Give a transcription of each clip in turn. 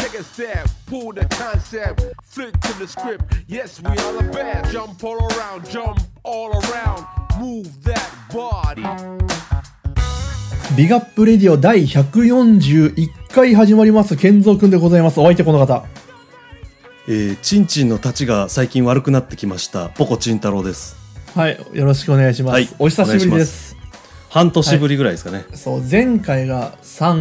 take a step, pull the concept, flip to the script. Yes, we are the best. Jump all around, move that body. ビガップレディオ第141回始まります。健三くんでございます。お相手この方。 チンチンの立ちが最近悪くなってきましたポコチン太郎です。 はい、よろしくお願いします。 はい、 お久しぶりです。 半年ぶりぐらいですかね。 はい、そう前回が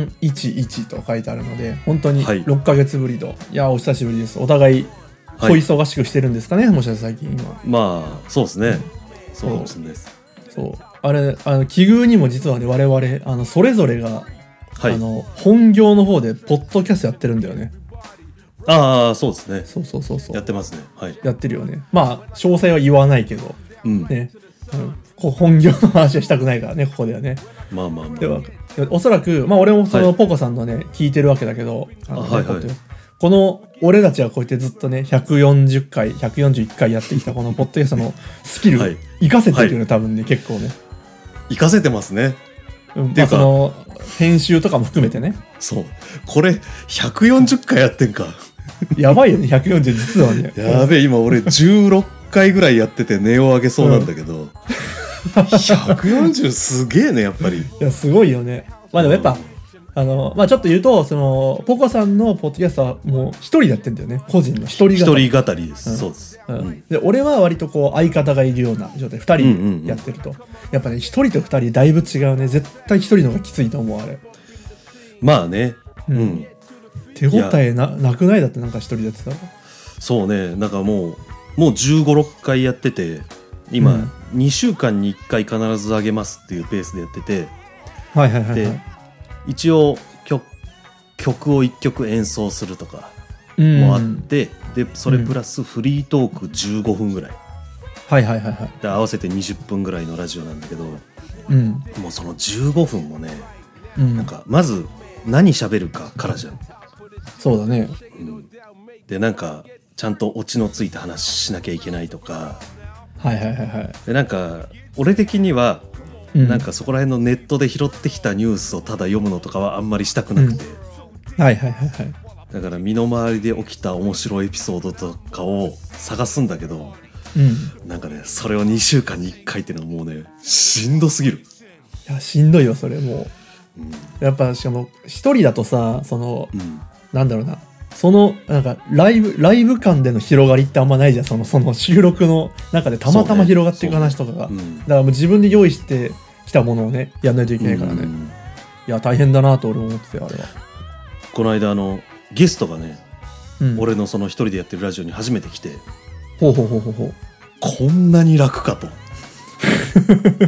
311と書いてあるので本当に6ヶ月ぶりと、はい、いやお久しぶりです。お互い小忙しくしてるんですかね、もしかしたら最近今。 まあそうですね、そうかもしれないです。 そうあれ奇遇にも実はね我々それぞれが、はい、本業の方でポッドキャストやってるんだよね。 ああそうですね。 そうやってますね。はい、 やってるよね。まあ詳細は言わないけど、ね、こう本業の話はしたくないからねここではね。 まあではおそらく、まあ、俺もそのポコさんのね、聞いてるわけだけど、この俺たちはこうやってずっとね140回141回やってきたこのポッドキャストのスキル活かせてるよね、多分ね結構ね活かせてますね。 まあ、その編集とかも含めてね。 そうこれ140回やってんかやばいよね140実はね。 やべえ今俺16回ぐらいやってて値を上げそうなんだけど、140すげえねやっぱり。いやすごいよね。まあでもやっぱまあちょっと言うとそのポコさんのポッドキャストはもう一人でやってんだよね。個人の一人語りです、そうです、 で俺は割とこう相方がいるような状態2人でやってると、やっぱね一人と2人だいぶ違うね。絶対一人の方がきついと思うあれ。 まあね、 手応え なくないだってなんか一人でやってたら。そうね、なんかもう15、6回やってて今、2週間に1回必ず上げますっていうペースでやってて、で一応曲を1曲演奏するとかもあって、でそれプラスフリートーク15分ぐらい、で合わせて20分ぐらいのラジオなんだけど、もうその15分もね、なんかまず何喋るかからじゃん。 そうだね、 でなんかちゃんとオチのついた話しなきゃいけないとか、でなんか俺的にはなんかそこら辺のネットで拾ってきたニュースをただ読むのとかはあんまりしたくなくて、だから身の回りで起きた面白いエピソードとかを探すんだけど、なんかねそれを2週間に1回っていうのはもうねしんどすぎる。 いやしんどいよそれもう、やっぱしかも一人だとさその、なんだろうな、そのなんかライブ感での広がりってあんまないじゃん。その収録の中でたまたま広がっていく話とかが、だからもう自分で用意してきたものをねやんないといけないからね、いや大変だなと俺思ってて。あれはこの間ゲストがね、俺のその一人でやってるラジオに初めて来て、 こんなに楽かともうだ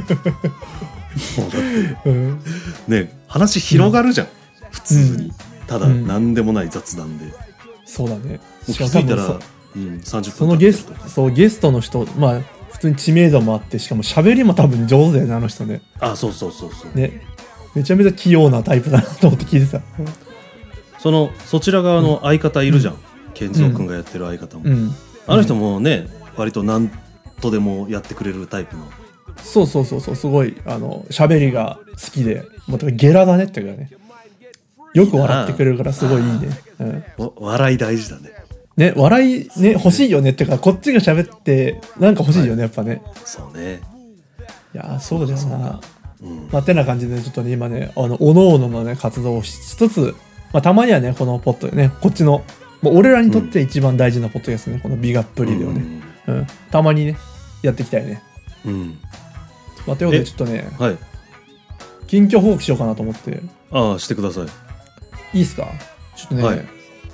って、ね話広がるじゃん、普通に、ただ何でもない雑談で、 そうだね。 気づいたら30分。 そのゲストの人、まあ普通に知名度もあって、しかも喋りも多分上手だよねあの人ね。 そうね、めちゃめちゃ器用なタイプだなと思って聞いてた。 そちら側の相方いるじゃん、健三君がやってる相方も、あの人もね割と何とでもやってくれるタイプの。 そうすごい喋りが好きで、もうゲラだねっていうかね、よく笑ってくれるからすごいいいね。 笑い大事だね。 ね、笑いね欲しいよねっていうか、こっちが喋ってなんか欲しいよね、やっぱね。 そうね。 いやそうだよな。まあてな感じでちょっとね今ねおのおののね活動をしつつ、まあたまにはねこのポッドねこっちのもう俺らにとって一番大事なポッドキャストね、このビガップリでをね、たまにねやっていきたいね。まあということでちょっとね、近況報告しようかなと思って。 してください。 いいっすか。ちょっとね、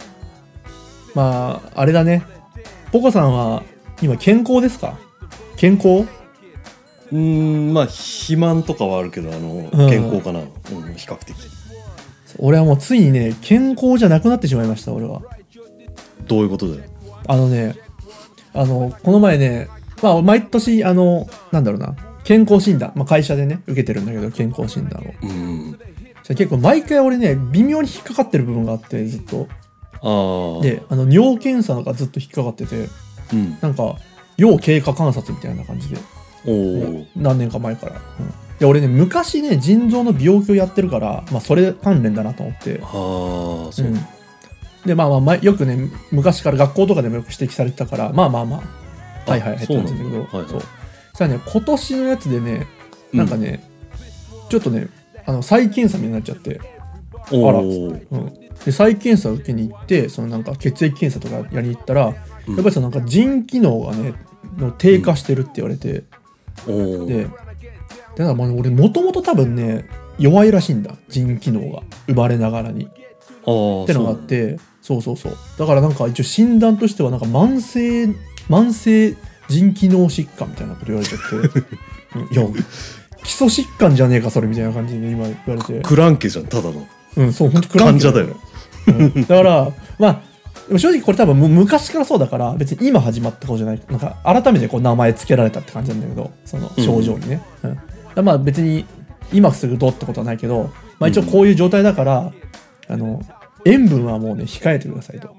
まああれだね、ポコさんは今健康ですか。健康？ まあ肥満とかはあるけど健康かな、比較的。 俺はもうついにね健康じゃなくなってしまいました。俺は。 どういうことだよ。 この前ね、まあ毎年なんだろうな、健康診断、まあ、会社でね受けてるんだけど健康診断を、結構毎回俺ね微妙に引っかかってる部分があって、ずっと。で尿検査がずっと引っかかってて、なんか要経過観察みたいな感じで、何年か前から、で俺ね昔ね腎臓の病気をやってるから、まあそれ関連だなと思って。 でまあよくね昔から学校とかでもよく指摘されてたからまあはいって感じなんだけど、 はいはい、 そうさあね今年のやつでねなんかね、ちょっとね再検査になっちゃってあら、で再検査を受けに行ってそのなんか血液検査とかやりに行ったら、やっぱりそのなんか腎機能がねの低下してるって言われて、でなんかまあ俺もともと多分ね弱いらしいんだ腎機能が生まれながらにってのがあってそうだからなんか一応診断としてはなんか慢性腎機能疾患みたいなこと言われちゃっていや基礎疾患じゃねえかそれみたいな感じで今言われてクランケじゃんただのそう本当クランケ患者だよ、 だからまあ正直これ多分昔からそうだから別に今始まったことじゃないなんか改めてこう名前つけられたって感じなんだけどその症状にね、まあ別に今すぐどうってことはないけど、まあ、一応こういう状態だから、塩分はもうね控えてくださいと。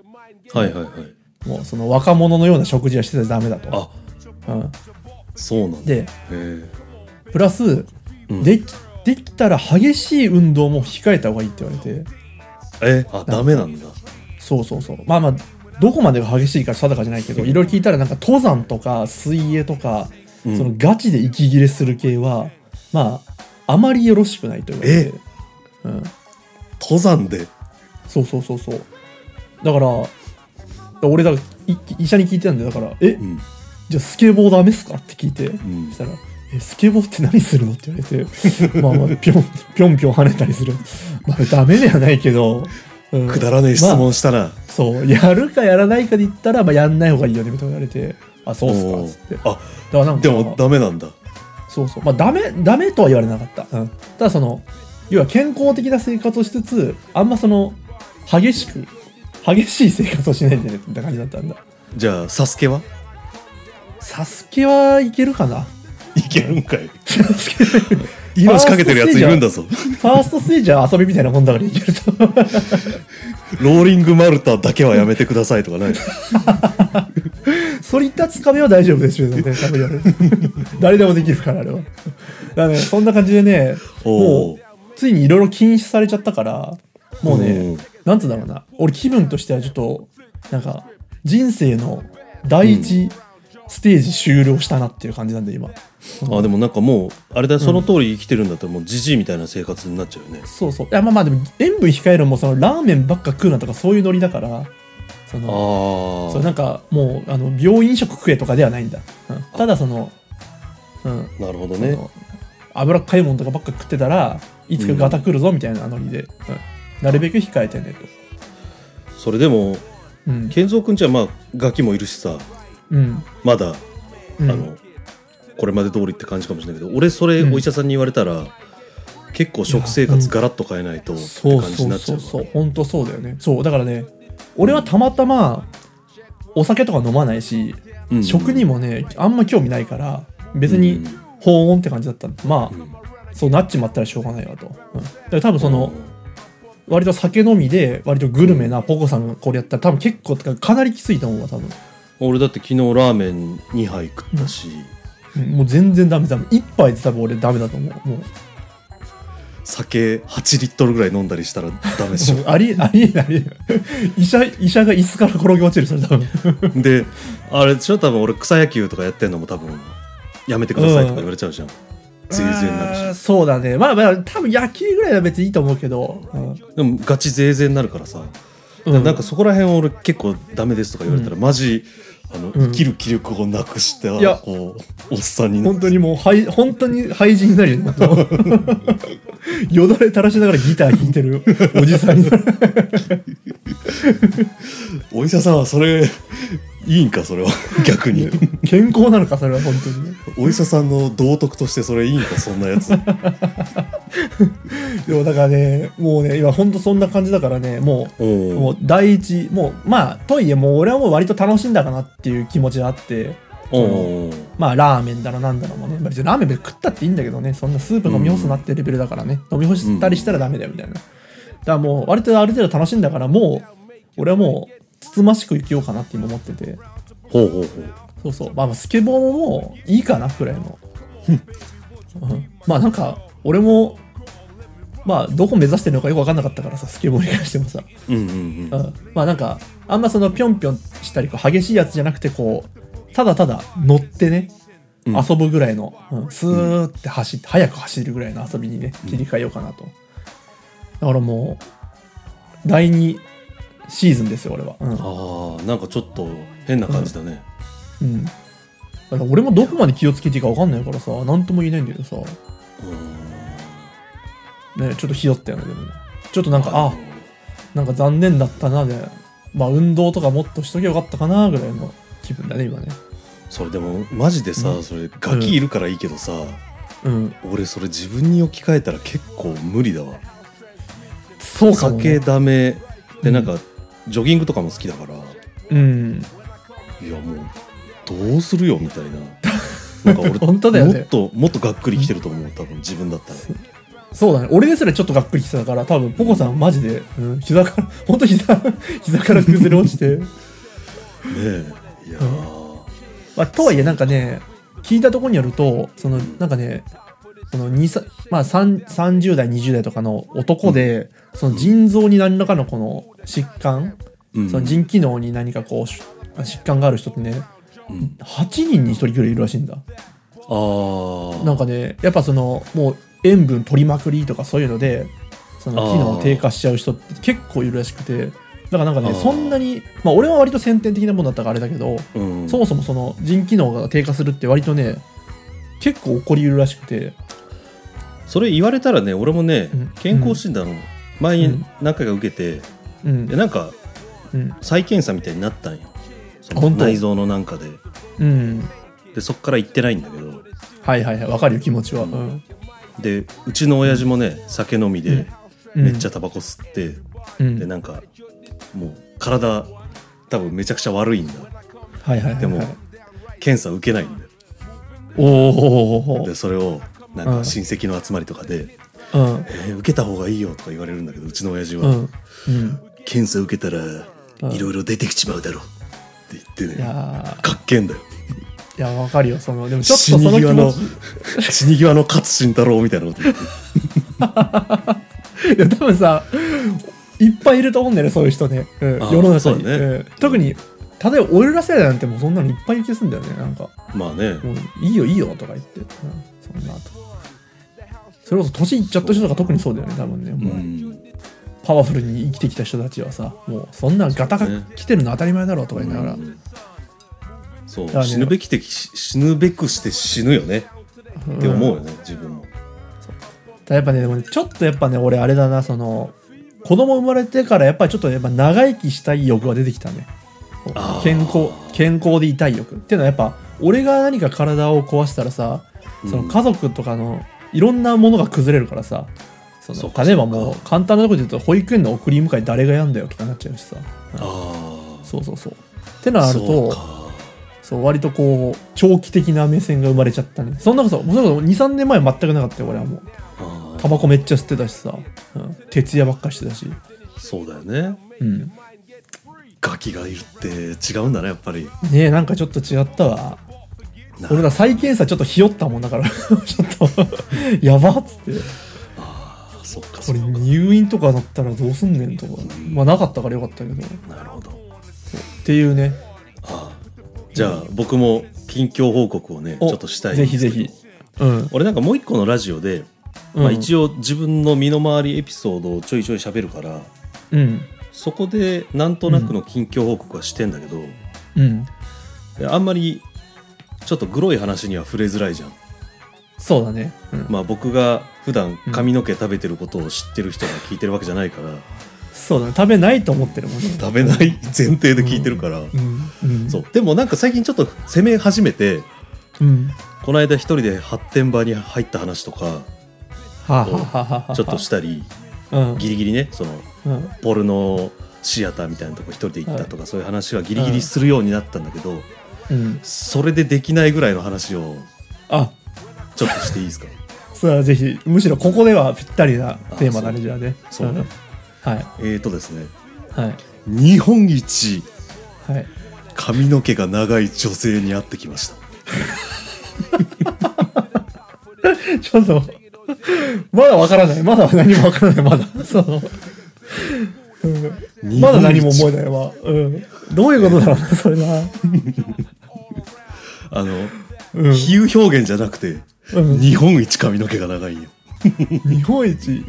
もうその若者のような食事はしてたらダメだと。 そうなんだ。 でプラス、できたら激しい運動も控えた方がいいって言われて。 ダメなんだ。 そうまあどこまでが激しいか定かじゃないけどいろいろ聞いたらなんか登山とか水泳とか、そのガチで息切れする系はまあまりよろしくないと言われて、 登山でそうだから俺だから医者に聞いてたんでだからじゃあスケボーダメっすかって聞いて、そしたらスケボーって何するのって言われてまあぴょん跳ねたりするまあダメではないけど、 くだらねえ質問したな、 そうやるかやらないかで言ったら、やんない方がいいよねみたいな言われてそうっすかっつってだからなんかでもダメなんだ。 そうダメとは言われなかった、ただその要は健康的な生活をしつつあんまその激しい生活をしないでねって感じだったんだ。 じゃあサスケははいけるかな。 いけるんかい命かけてるやついるんだぞ。 ファーストステージは遊びみたいなもんだからいけるとローリングマルタだけはやめてくださいとかないそり立つ壁は大丈夫ですよね多分誰でもできるからあれはだからねそんな感じでねもうついにいろいろ禁止されちゃったからもうねなんつうんだろうな俺気分としてはちょっとなんか人生の第一ステージ終了したなっていう感じなんで今、 でもなんかもうあれだその通り生きてるんだったらもうジジイみたいな生活になっちゃうよね。 そういやまあでも塩分控えるもそのラーメンばっか食うなとかそういうノリだからそうなんかもう病院食食えとかではないんだ、ただそのなるほどね。 脂っかいもんとかばっか食ってたらいつかガタ来るぞみたいなノリで、なるべく控えてねと。 それでも健三君ちはまあガキもいるしさ、まだこれまで通りって感じかもしれないけど俺それお医者さんに言われたら、結構食生活ガラッと変えないとって感じになっちゃう。 そう本当そうだよね。そうだからね俺はたまたまお酒とか飲まないし、食にもねあんま興味ないから別に保温って感じだったんで、そうなっちまったらしょうがないわと、だから多分その割と酒飲みで割とグルメなポコさんがこれやったら多分結構かなりきついと思うわ多分。 俺だって昨日ラーメン2杯食ったし、 もう全然ダメ1杯で多分俺ダメだと思う。もう酒8リットルぐらい飲んだりしたらダメでしょありえない医者が椅子から転げ落ちるそれ多分であれでしょ多分俺草野球とかやってんのも多分やめてくださいとか言われちゃうじゃん、ゼーゼーになるし。そうだねまあ多分野球ぐらいは別にいいと思うけど、 でもガチゼーゼーになるからさ、なんかそこら辺俺結構ダメですとか言われたら、マジ生きる気力をなくしたこうおっさんに本当にもう本当に廃人になるよねよだれ垂らしながらギター弾いてるおじさんになるお医者さんはそれいいんかそれは逆に健康なのかそれは本当にお医者さんの道徳としてそれいいんかそんなやつでもだからねもうね今本当そんな感じだからねもう第一もうとはいえもう俺はもう割と楽しんだかなっていう気持ちがあってラーメンだろなんだろうもね別にラーメン食ったっていいんだけどねそんなスープ飲み干すなってレベルだからね、飲み干したりしたらダメだよみたいな、だからもう割とある程度楽しんだからもう俺はもうつつましく生きようかなって今思っててそうスケボーもいいかなくらいのなんか俺もまあどこ目指してるのかよく分かんなかったからさ、スケボーに関してもさ、まあなんかあんまそのぴょんぴょんしたりこう激しいやつじゃなくて、こうただただ乗ってね、遊ぶぐらいの、スーって走って速く走るぐらいの遊びにね切り替えようかなと。だからもう第2シーズンですよ俺は。 ああ、なんかちょっと変な感じだね。 だから俺もどこまで気をつけていいか分かんないからさ、なんとも言えないんだけどさ、ね、ちょっとひよったよね。でもねちょっとなんかなんか残念だったなで、まあ運動とかもっとしときゃよかったかなぐらいの気分だね今ね。 それでもマジでさ、それガキいるからいいけどさ、俺それ自分に置き換えたら結構無理だわ。 そうかもね。 酒ダメで、なんかジョギングとかも好きだから、いやもうどうするよみたいな。なんか俺本当だよね、 もっとがっくりきてると思う、多分自分だったら。 そうだね、俺ですらちょっとがっくりきてたから、多分ポコさんマジで、膝から本当膝から崩れ落ちてねえ、いやまあ、とはいえなんかね、聞いたところによると、そのなんかね、そのまあ、30代20代とかの男で、その腎臓に何らかのこの疾患、その腎機能に何かこう疾患がある人ってね、8人に1人ぐらいいるらしいんだ。なんかね、やっぱそのもう塩分取りまくりとかそういうので、その機能低下しちゃう人って結構いるらしくて、だからなんかね、そんなに、まあ俺は割と先天的なものだったからあれだけど、そもそもその腎機能が低下するって割とね結構起こりうるらしくて。 それ言われたらね、俺もね、健康診断を前に何回か受けて、でなんか、再検査みたいになったんよ、その内臓のなんかで、でそっから行ってないんだけど。 はいわかるよ気持ちは。 でうちの親父もね、酒飲みでめっちゃタバコ吸って、でなんかもう体多分めちゃくちゃ悪いんだ。でも検査受けないんだよ。でそれをなんか親戚の集まりとかで、受けた方がいいよとか言われるんだけど、うちの親父は、検査受けたらいろいろ出てきちまうだろって言ってね、かっけえんだよ。 いやわかるよ、そのでもちょっとその気持ち、 死に際の勝慎太郎みたいなこと言っていや多分さいっぱいいると思うんだよね、そういう人ね、世の中に、特に例えば俺ら世代なんてもうそんなのいっぱいいる気がするんだよね。なんかまあね、 もういいよとか言って、そんなとそれこそ年いっちゃった人とか特にそうだよね多分ね。もうパワフルに生きてきた人たちはさ、もうそんなガタが来てるの当たり前だろうとか言いながら、 そう、ね、死ぬべくして死ぬよねって思うよね、自分も。 やっぱね、でもね、ちょっとやっぱね、俺あれだな、その子供生まれてからやっぱりちょっとやっぱ長生きしたい欲が出てきたね。健康でいたい欲っていうのはやっぱ俺が何か体を壊したらさ、その家族とかのいろんなものが崩れるからさ、例えばもう簡単なところで言うと保育園の送り迎え誰がやんだよとかなっちゃうしさ、そうってのあると、そう割とこう長期的な目線が生まれちゃったね。そんなこと 2,3 年前は全くなかったよ俺は。もうタバコめっちゃ吸ってたしさ、徹夜ばっかしてたし。 そうだよね。ガキがいるって違うんだねやっぱりね。えなんかちょっと違ったわ。俺ら再検査ちょっとひよったもんだからちょっとやばっつって。 そっかこれ入院とかだったらどうすんねんとか、まあなかったからよかったけど。 なるほど。 っていうね。 じゃあ僕も近況報告をねちょっとしたいんですけど。 ぜひぜひ。 俺なんかもう一個のラジオで、一応自分の身の回りエピソードをちょいちょい喋るから、そこでなんとなくの近況報告はしてんだけど、あんまりちょっとグロい話には触れづらいじゃん。 そうだね。 まあ僕が普段髪の毛食べてることを知ってる人が聞いてるわけじゃないから、 そうだね、食べないと思ってるもんね。 食べない前提で聞いてるから、そうでもなんか最近ちょっと攻め始めて、この間一人で発展場に入った話とかちょっとしたり、ギリギリねその、ポルノシアターみたいなとこ一人で行ったとか、そういう話はギリギリするようになったんだけど、それでできないぐらいの話をちょっとしていいですか？ そうぜひ、むしろここではぴったりなテーマだね。じゃあね。 そうね。 はい。 ですね。 はい。 日本一髪の毛が長い女性に会ってきました。 ちょっとまだわからない。まだ何もわからない。まだ。そう。まだ何も思えないわ。どういうことだろうな、それな。 比喩表現じゃなくて、日本一髪の毛が長いよ。 日本一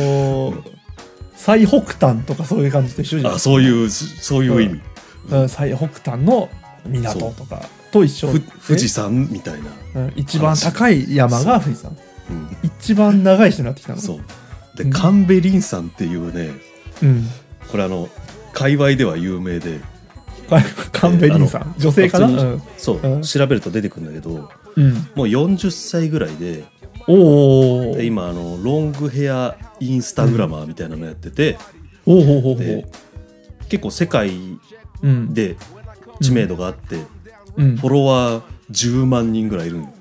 最北端とかそういう感じと一緒じゃん。 そういう意味。 最北端の港とかと一緒。 富士山みたいな。 一番高い山が富士山。一番長い人になってきたの。 そう。で、神戸林山っていうね、これ界隈では有名で。 神戸林山。女性かな？ そう。調べると出てくるんだけど、もう40歳ぐらいで、で今ロングヘアインスタグラマーみたいなのやってて、で結構世界で知名度があって、フォロワー10万人ぐらいいるの。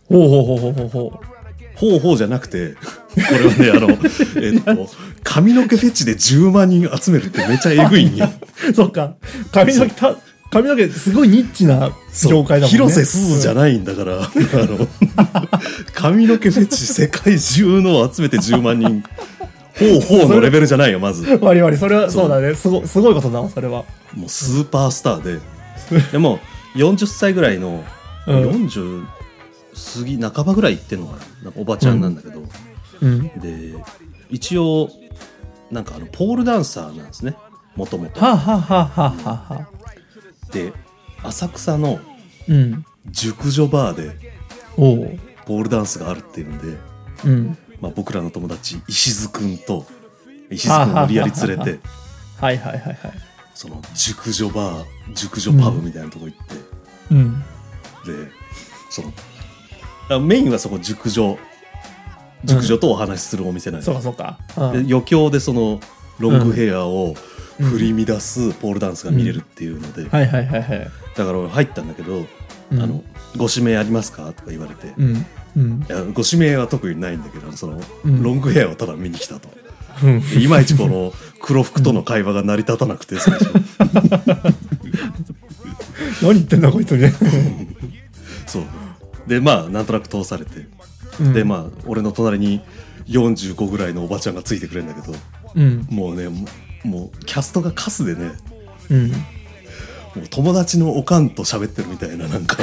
ほうじゃなくて、これはね髪の毛フェチで10万人集めるってめちゃえぐいんよ。 そっか、髪の毛すごいニッチな業界だもんね。 広瀬すずじゃないんだから、髪の毛フェチ世界中のを集めて10万人。ほうのレベルじゃないよ、まず。 割りそれはそうだね。すごいことだわ、それは。 もうスーパースターで。でも40歳ぐらいの、40過ぎ半ばぐらいいってんのかな、なんかおばちゃんなんだけど、で一応なんかポールダンサーなんですね、もともと。で浅草の熟女バーでポールダンスがあるっていうんで、僕らの友達石津くんを無理やり連れてその熟女バー熟女パブみたいなとこ行って、でそのメインはそこ熟女とお話しするお店なんですよ。 そうか。 で余興でそのロングヘアを振り乱すポールダンスが見れるっていうので、だから俺入ったんだけど、ご指名ありますかとか言われて、いやご指名は特にないんだけど、そのロングヘアをただ見に来たと、いまいちこの黒服との会話が成り立たなくて、最初何言ってんだこいつね。 そうでなんとなく通されて、で俺の隣に45ぐらいのおばちゃんがついてくれるんだけど、もうねもうキャストがカスでね、もう友達のおかんと喋ってるみたいな、なんか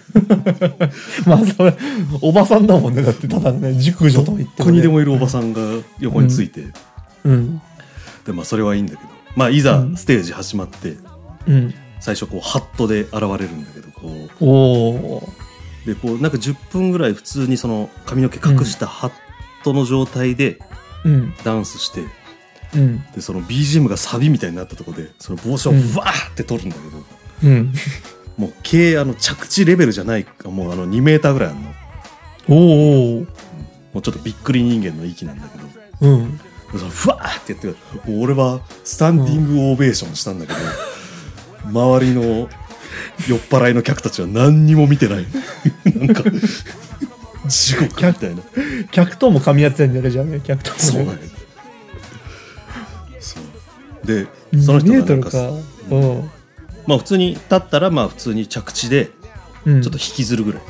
それおばさんだもんね。だってただね、熟女と言って、 どこにでもいるおばさんが横について、でそれはいいんだけど、いざステージ始まって、最初ハットで現れるんだけど、でなんか10分ぐらい普通にその髪の毛隠したハットの状態でダンスして、でその BGM がサビみたいになったところでその帽子をわーって取るんだけど、もう着地レベルじゃないか、もう2メーターぐらいあるの。もうちょっとびっくり人間の域なんだけど、ふわーってやって、もう俺はスタンディングオベーションしたんだけど、周りの酔っ払いの客たちは何にも見てない。なんか地獄みたいな。 客とも噛み合ってんだよね、じゃあね、客ともね。 そうなんや。そうでその人がなんか普通に立ったら普通に着地でちょっと引きずるぐらい、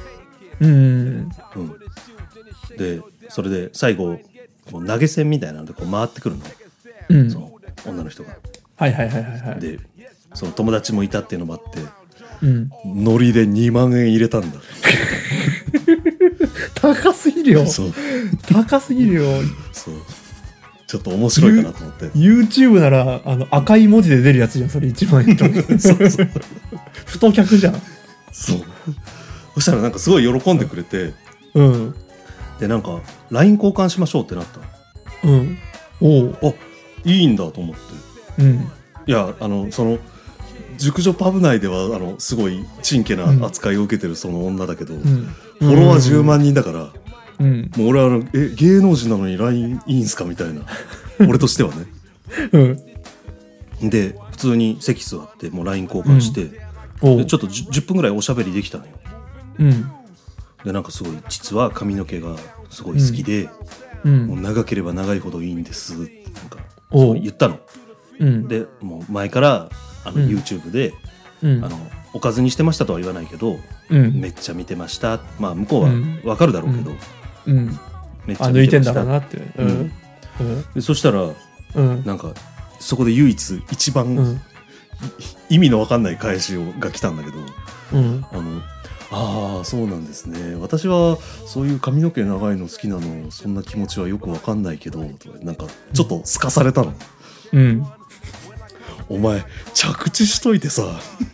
でそれで最後投げ銭みたいなので回ってくるの、その女の人が。でその友達もいたっていうのもあって、ノリで2万円入れたんだ。 高すぎるよ。高すぎるよ。 そうちょっと面白いかなと思って。 YouTube なら赤い文字で出るやつじゃん、それ1万円と。太客じゃん。 そうそしたらなんかすごい喜んでくれて、でなんか LINE 交換しましょうってなった。いいんだと思って、いやその熟女パブ内ではすごい珍家な扱いを受けてるその女だけど、フォロワー10万人だから、もう俺は芸能人なのに LINE いいんすかみたいな、俺としてはね。で普通に席座ってもう LINE 交換して、でちょっと10分ぐらいおしゃべりできたのよ。でなんかすごい実は髪の毛がすごい好きで、もう長ければ長いほどいいんですってなんかそう言ったの。でもう前からYouTube で、おかずにしてましたとは言わないけど、めっちゃ見てました。向こうは分かるだろうけど、 めっちゃ抜いてんだろうな。 なって。 でそしたらなんかそこで唯一一番、意味のわかんない返しが来たんだけど、ああそうなんですね、私はそういう髪の毛長いの好きなの、そんな気持ちはよくわかんないけど、なんかちょっとすかされたの。お前着地しといてさ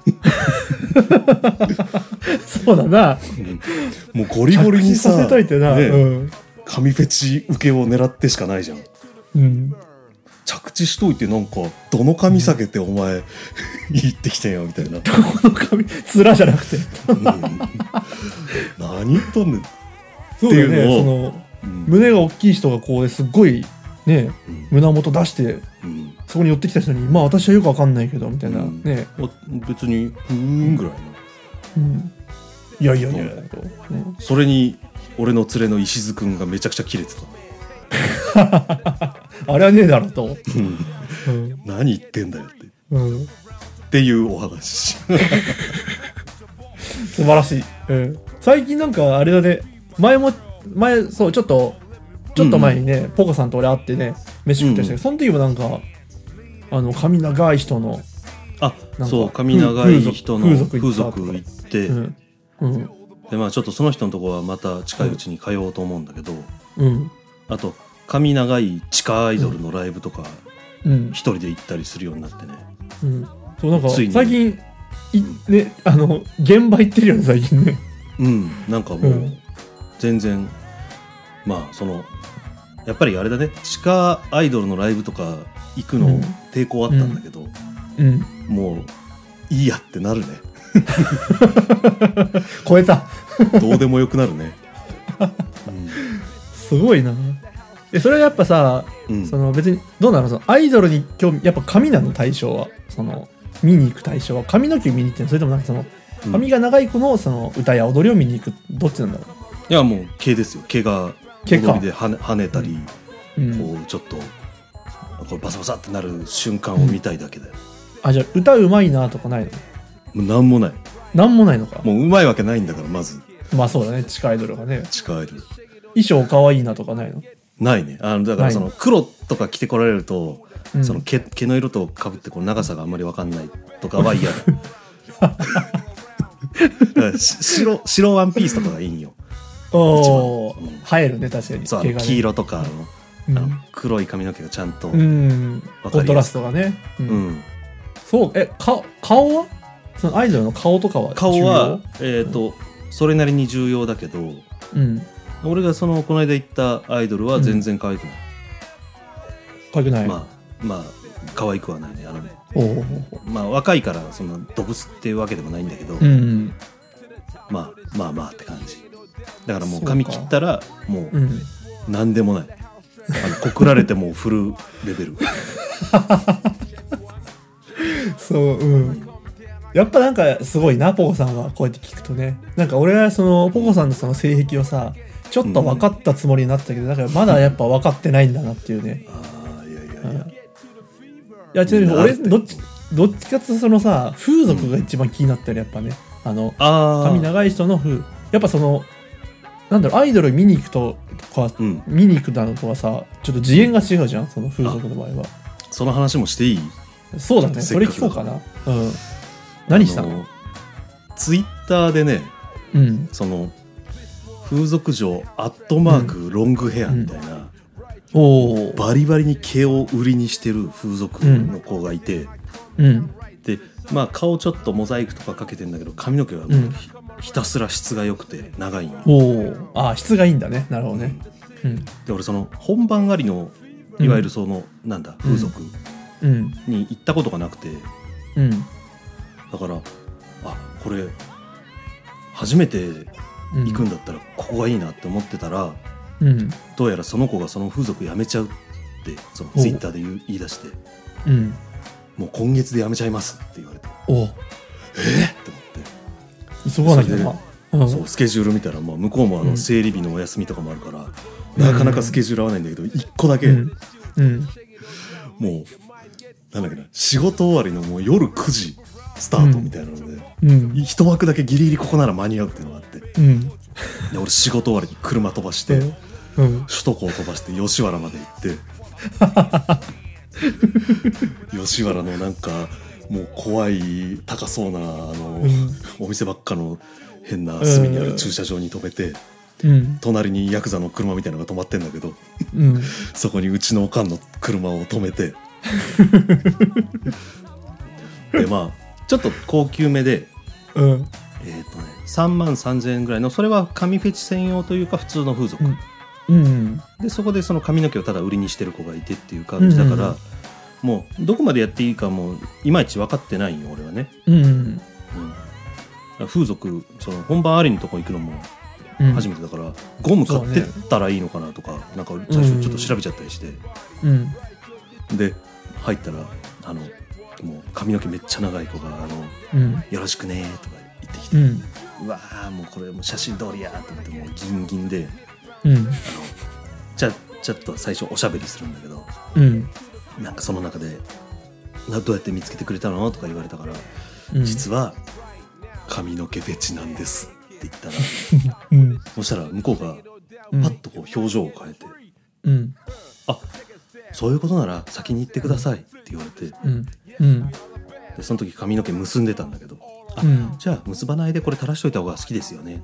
そうだな、 もうゴリゴリにさ着地させといてな、 髪フェチ受けを狙ってしかないじゃん。着地しといて、なんかどの髪下げてお前言ってきてんよみたいな。 この髪面じゃなくて何言っとんねんそうだよね、その、胸が大きい人がこうすっごいね、胸元出して、そこに寄ってきた人に、まあ私はよくわかんないけどみたいな、ね、 別にぐらいの、 いやいや、 それに俺の連れの石津くんがめちゃくちゃキレてた。 あれはねえだろと、 何言ってんだよって、っていうお話素晴らしい、最近なんかあれだね、前そうちょっと前にね、ポコさんと俺会ってね飯食ったりしたけど、その時もなんか髪長い人のそう髪長い人の風俗行って、でまあちょっとその人のところはまた近いうちに通おうと思うんだけど、あと髪長い地下アイドルのライブとか一人で行ったりするようになってね、 そうなんか最近ね、現場行ってるよね最近ね。 なんかもう全然、まあそのやっぱりあれだね、地下アイドルのライブとか行くの抵抗あったんだけど、もういいやってなるね超えたどうでもよくなるね、 すごいな。それはやっぱさ、その別にどうなの、そのアイドルに興味、やっぱ髪なの対象は、その見に行く対象は髪の毛見に行ってるの、それともなんかその髪が長い子のその歌や踊りを見に行く、どっちなんだろう。 いやもう毛ですよ、毛が踊りで跳ねたり、こうちょっとこれバサバサってなる瞬間を見たいだけだよ。 じゃあ歌うまいなとかないの？ もうなんもない。 なんもないのか。 もううまいわけないんだから、まず。 まあそうだね、地下アイドルがね。 地下アイドル。 衣装かわいいなとかないの？ ないね。だからその黒とか着てこられると、その毛の色と被ってこう長さがあんまり分かんないとかは嫌だ。だから白ワンピースとかがいいんよ。 映えるね、確かに。 そう、黄色とか黒い髪の毛がちゃんと分かコントラストがね。そう、顔はそのアイドルの顔とかは重要？顔はそれなりに重要だけど、俺がこの間行ったアイドルは全然可愛くない。 可愛くない。 まあ可愛くはないね。まあ若いからそんなドブスっていうわけでもないんだけど、まあって感じ。だからもう髪切ったらもう何でもない。告られても振るレベル。 そう、やっぱなんかすごいな、ポコさんはこうやって聞くとね。なんか俺はそのポコさんのその性癖をさ、ちょっと分かったつもりになってたけど、だからまだやっぱ分かってないんだなっていうね。いやちなみに俺どっちかってそのさ、風俗が一番気になったよやっぱね。髪長い人のやっぱそのなんだろう、アイドル見に行くとか、見に行くだのとはさ、ちょっと次元が違うじゃん、その風俗の場合は。 その話もしていい？ そうだね、それ聞こうかな。何したの？ ツイッターでね、その風俗嬢@ロングヘアみたいな、バリバリに毛を売りにしてる風俗の子がいて、でまあ顔ちょっとモザイクとかかけてんだけど、髪の毛はひたすら質が良くて長いんよ。 質がいいんだね。なるほどね。 で俺その本番ありのいわゆるそのなんだ風俗に行ったことがなくて、だからこれ初めて行くんだったらここがいいなって思ってたら、どうやらその子がその風俗辞めちゃうってそのツイッターで言い出して、もう今月で辞めちゃいますって言われて、って思って急がなきゃな。 そうスケジュール見たら、向こうも生理日のお休みとかもあるから、なかなかスケジュール合わないんだけど、1個だけ、もうなんだっけな、仕事終わりのもう夜9時スタートみたいなので、一枠だけギリギリここなら間に合うっていうのがあって、で俺仕事終わりに車飛ばして、 うん首都高を飛ばして吉原まで行って吉原のなんかもう怖い高そうなお店ばっかの変な隅にある駐車場に止めて、隣にヤクザの車みたいなのが止まってんだけど、そこにうちのおかんの車を止めてでまあちょっと高級めで、3万3000円ぐらいの、それは髪フェチ専用というか普通の風俗、でそこでその髪の毛をただ売りにしてる子がいてっていう感じだから、もうどこまでやっていいかもういまいち分かってないよ俺はね、風俗その本番ありのとこ行くのも初めてだから、ゴム買ってったらいいのかなとか、なんか最初ちょっと調べちゃったりして、で入ったらもう髪の毛めっちゃ長い子がよろしくねとか言ってきて、うわーもうこれもう写真通りやと思ってもうギンギンで、ちょっと最初おしゃべりするんだけど、なんかその中でどうやって見つけてくれたのとか言われたから、実は髪の毛フェチなんですって言ったら、そしたら向こうがパッとこう表情を変えて、あ、そういうことなら先に言ってくださいって言われて、でその時髪の毛結んでたんだけど、じゃあ結ばないでこれ垂らしといた方が好きですよねって、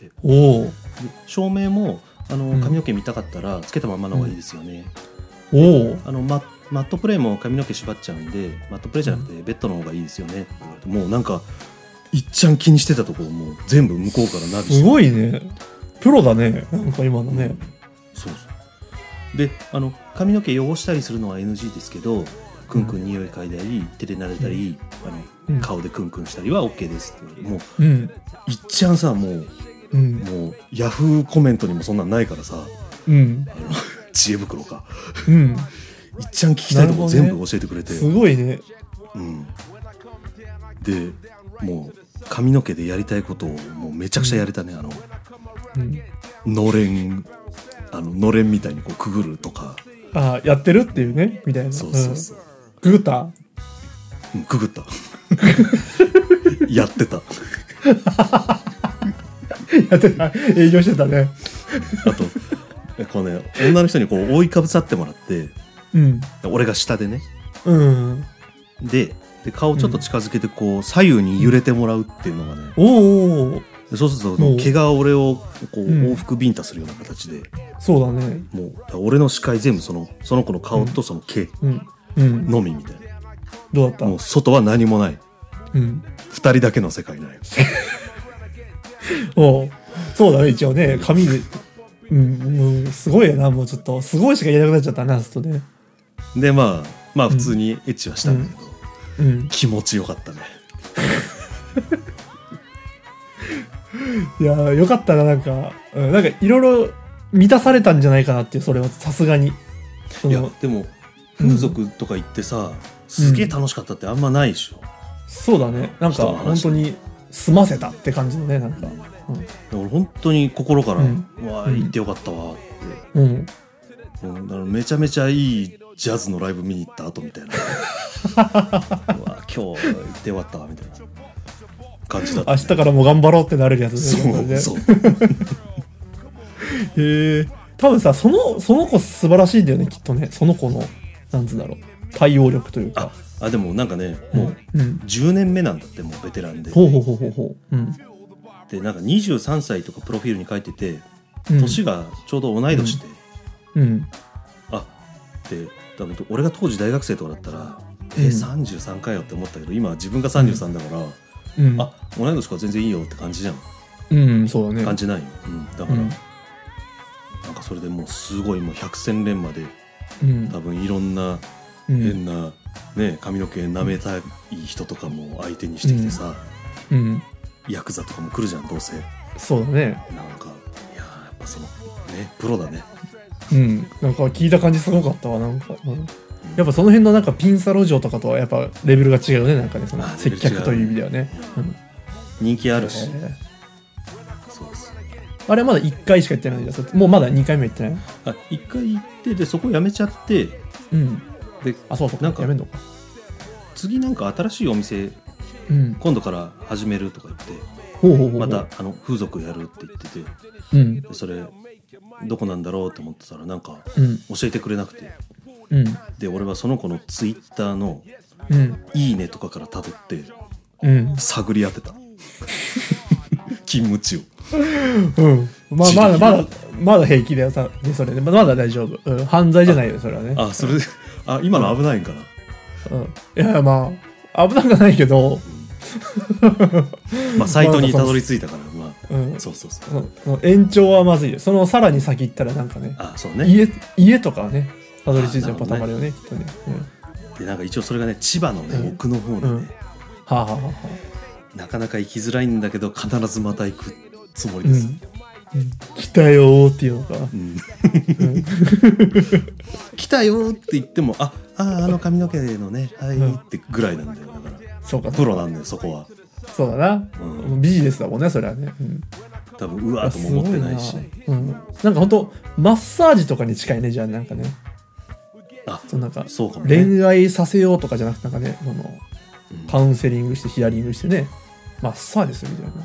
で照明も髪の毛見たかったらつけたままの方がいいですよね、マットプレイも髪の毛縛っちゃうんでマットプレイじゃなくてベッドの方がいいですよねって言われて、もうなんかいっちゃん気にしてたところもう全部向こうからナビして、 すごいね、プロだね、なんか今のね、 そうそうで髪の毛汚したりするのは NG ですけど、クンクン匂い嗅いだり手で撫でたり、顔でクンクンしたりは OK ですって言われて、もう、いっちゃんさもうヤフーコメントにもそんなんないからさ、知恵袋か、いっちゃん聞きたいとこ全部教えてくれて、 すごいね、 でもう髪の毛でやりたいことをもうめちゃくちゃやれたね、のれんみたいにこうくぐるとか、 やってるっていうねみたいな、 そうそうそう、 くぐった、 くぐったやってたやってた、営業してたねあとこうね、女の人にこう覆いかぶさってもらって、俺が下でね、で顔ちょっと近づけてこう左右に揺れてもらうっていうのがね、でそうすると毛が俺をこう往復ビンタするような形で、 そうだね、 もう俺の視界全部その子の顔とその毛のみみたいな、 どうだった？ もう外は何もない、2人だけの世界ないそうだね、一応ね、髪で、もうすごいやな、もうちょっとすごいしか言えなくなっちゃったな、ずっとね。 でまあ普通にエッチはしたんだけど、気持ちよかったねいやよかったな、なんかいろいろ満たされたんじゃないかなっていう、それはさすがに。 いやでも風俗とか行ってさ、すげえ楽しかったってあんまないでしょ。 そうだね、なんか本当に済ませたって感じのね、なんか、 俺本当に心から、わあ行ってよかったわって、だからめちゃめちゃいいジャズのライブ見に行った後みたいなうわ今日行ってよかったわみたいな感じだった、ね、 明日からも頑張ろうってなれるやつね。 そう多分さ、その子素晴らしいんだよね、きっとね、その子のなんつうんだろう、対応力というか。 でもなんかね、もう10年目なんだって、もうベテランで。でなんか23歳とかプロフィールに書いてて、年がちょうど同い年で、で多分俺が当時大学生とかだったら、33かよって思ったけど、今自分が33だから、同い年から全然いいよって感じじゃん。 そうだね。 感じないよ。だから、なんかそれでもうすごいもう百戦錬磨で、多分いろんな変な、髪の毛舐めたい人とかも相手にしてきてさ、ヤクザとかも来るじゃん、どうせ。 そうだね。 なんかいややっぱそのね、プロだね。 なんか聞いた感じすごかったわ、なんか、やっぱその辺のなんかピンサロ嬢とかとはやっぱレベルが違うよね、なんかね、その接客という意味ではね。 人気あるし。 そうです。あれまだ1回しか行ってないんだ。もうまだ2回目行ってない？ 1回行ってでそこ辞めちゃって、でそうなんか辞めんのか。 次なんか新しいお店、今度から始めるとか言って、また風俗やるって言ってて、でそれどこなんだろうと思ってたらなんかうん教えてくれなくて、 うんで俺はその子のツイッターのうんいいねとかから辿ってうん探り当てた勤務地を。 うんまあまだ平気だよさ、ね、それでまだ大丈夫、うん、犯罪じゃないよそれはね。 あそれで今の危ないんかな、 うん、いやまあ危なくないけどまあサイトにたどり着いたからまあ、 うん、 そうそうそうその延長はまずいよ。そのさらに先行ったらなんかね、 そうね、 家とかはねたどり着いちゃうパターンもあるよねきっとね、 でなんか一応それがね千葉のね、奥の方でね、 はあはあはあ、 なかなか行きづらいんだけど必ずまた行くつもりです、 来たよーっていうのか、 来たよって言ってもあの髪の毛のねはいってぐらいなんだよ。だからそうかプロなんだよそこは。 そうだな、ビジネスだもんねそれはね、 多分うわーとも思ってないし、 なんかほんとマッサージとかに近いね。じゃあなんかね、なんかそうかもね、 恋愛させようとかじゃなくてなんかね、カウンセリングしてヒアリングしてねマッサージするみたいな、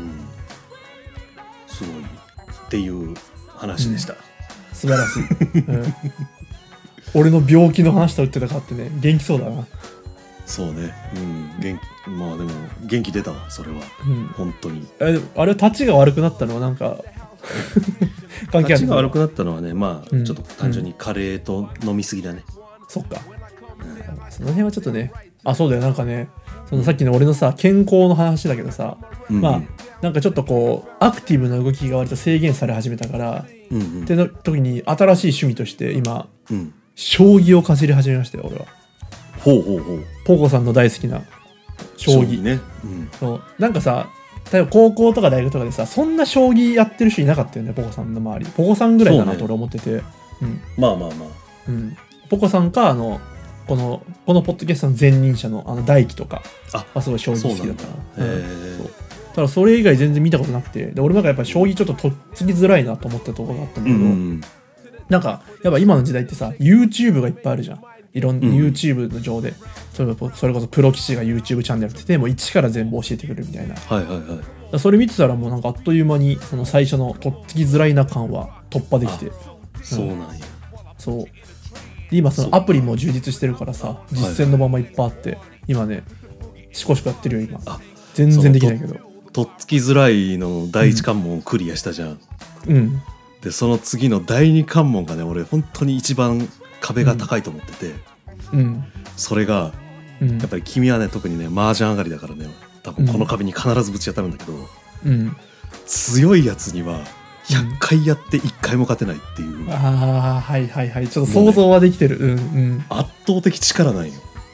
すごいっていう話でした、 素晴らしい、俺の病気の話と言ってたかってね元気そうだな。 そうね、まあでも元気出たわそれは、本当に。 あれは立ちが悪くなったのはなんか関係ある。 立ちが悪くなったのはねまあ、ちょっと単純にカレーと飲みすぎだね、 そっか、その辺はちょっとね。そうだよ、なんかねそのさっきの俺のさ健康の話だけどさ、まあなんかちょっとこうアクティブな動きが割と制限され始めたから、っての時に新しい趣味として今、将棋をかじり始めましたよ俺は。 ほうほうほう。 ポコさんの大好きな将棋ね、 そうなんかさ例えば高校とか大学とかでさそんな将棋やってる人いなかったよね。ポコさんの周りポコさんぐらいだなと俺思ってて、 まあまあまあ、 ポコさんかこのポッドキャストの前任者の大輝とかすごい将棋好きだったら、ただそれ以外全然見たことなくて、で俺なんかやっぱ将棋ちょっととっつきづらいなと思ったところがあったんだけど、なんかやっぱ今の時代ってさ YouTube がいっぱいあるじゃん。いろんな YouTube の上で、それこそプロ棋士が YouTube チャンネルやっててもう一から全部教えてくれるみたいな、それ見てたらもうなんかあっという間にその最初のとっつきづらいな感は突破できて、 そうなんや、 そうで今そのアプリも充実してるからさ実践のままいっぱいあって、今ねシコシコやってるよ今。全然できないけどとっつきづらいの第一関門をクリアしたじゃん、でその次の第二関門がね俺本当に一番壁が高いと思ってて、それが、やっぱり君はね特にね麻雀上がりだからね多分この壁に必ずぶち当たるんだけど、強いやつには100回やって1回も勝てないっていう、 はいはいはい、ちょっと想像はできてる、 圧倒的力ないよ、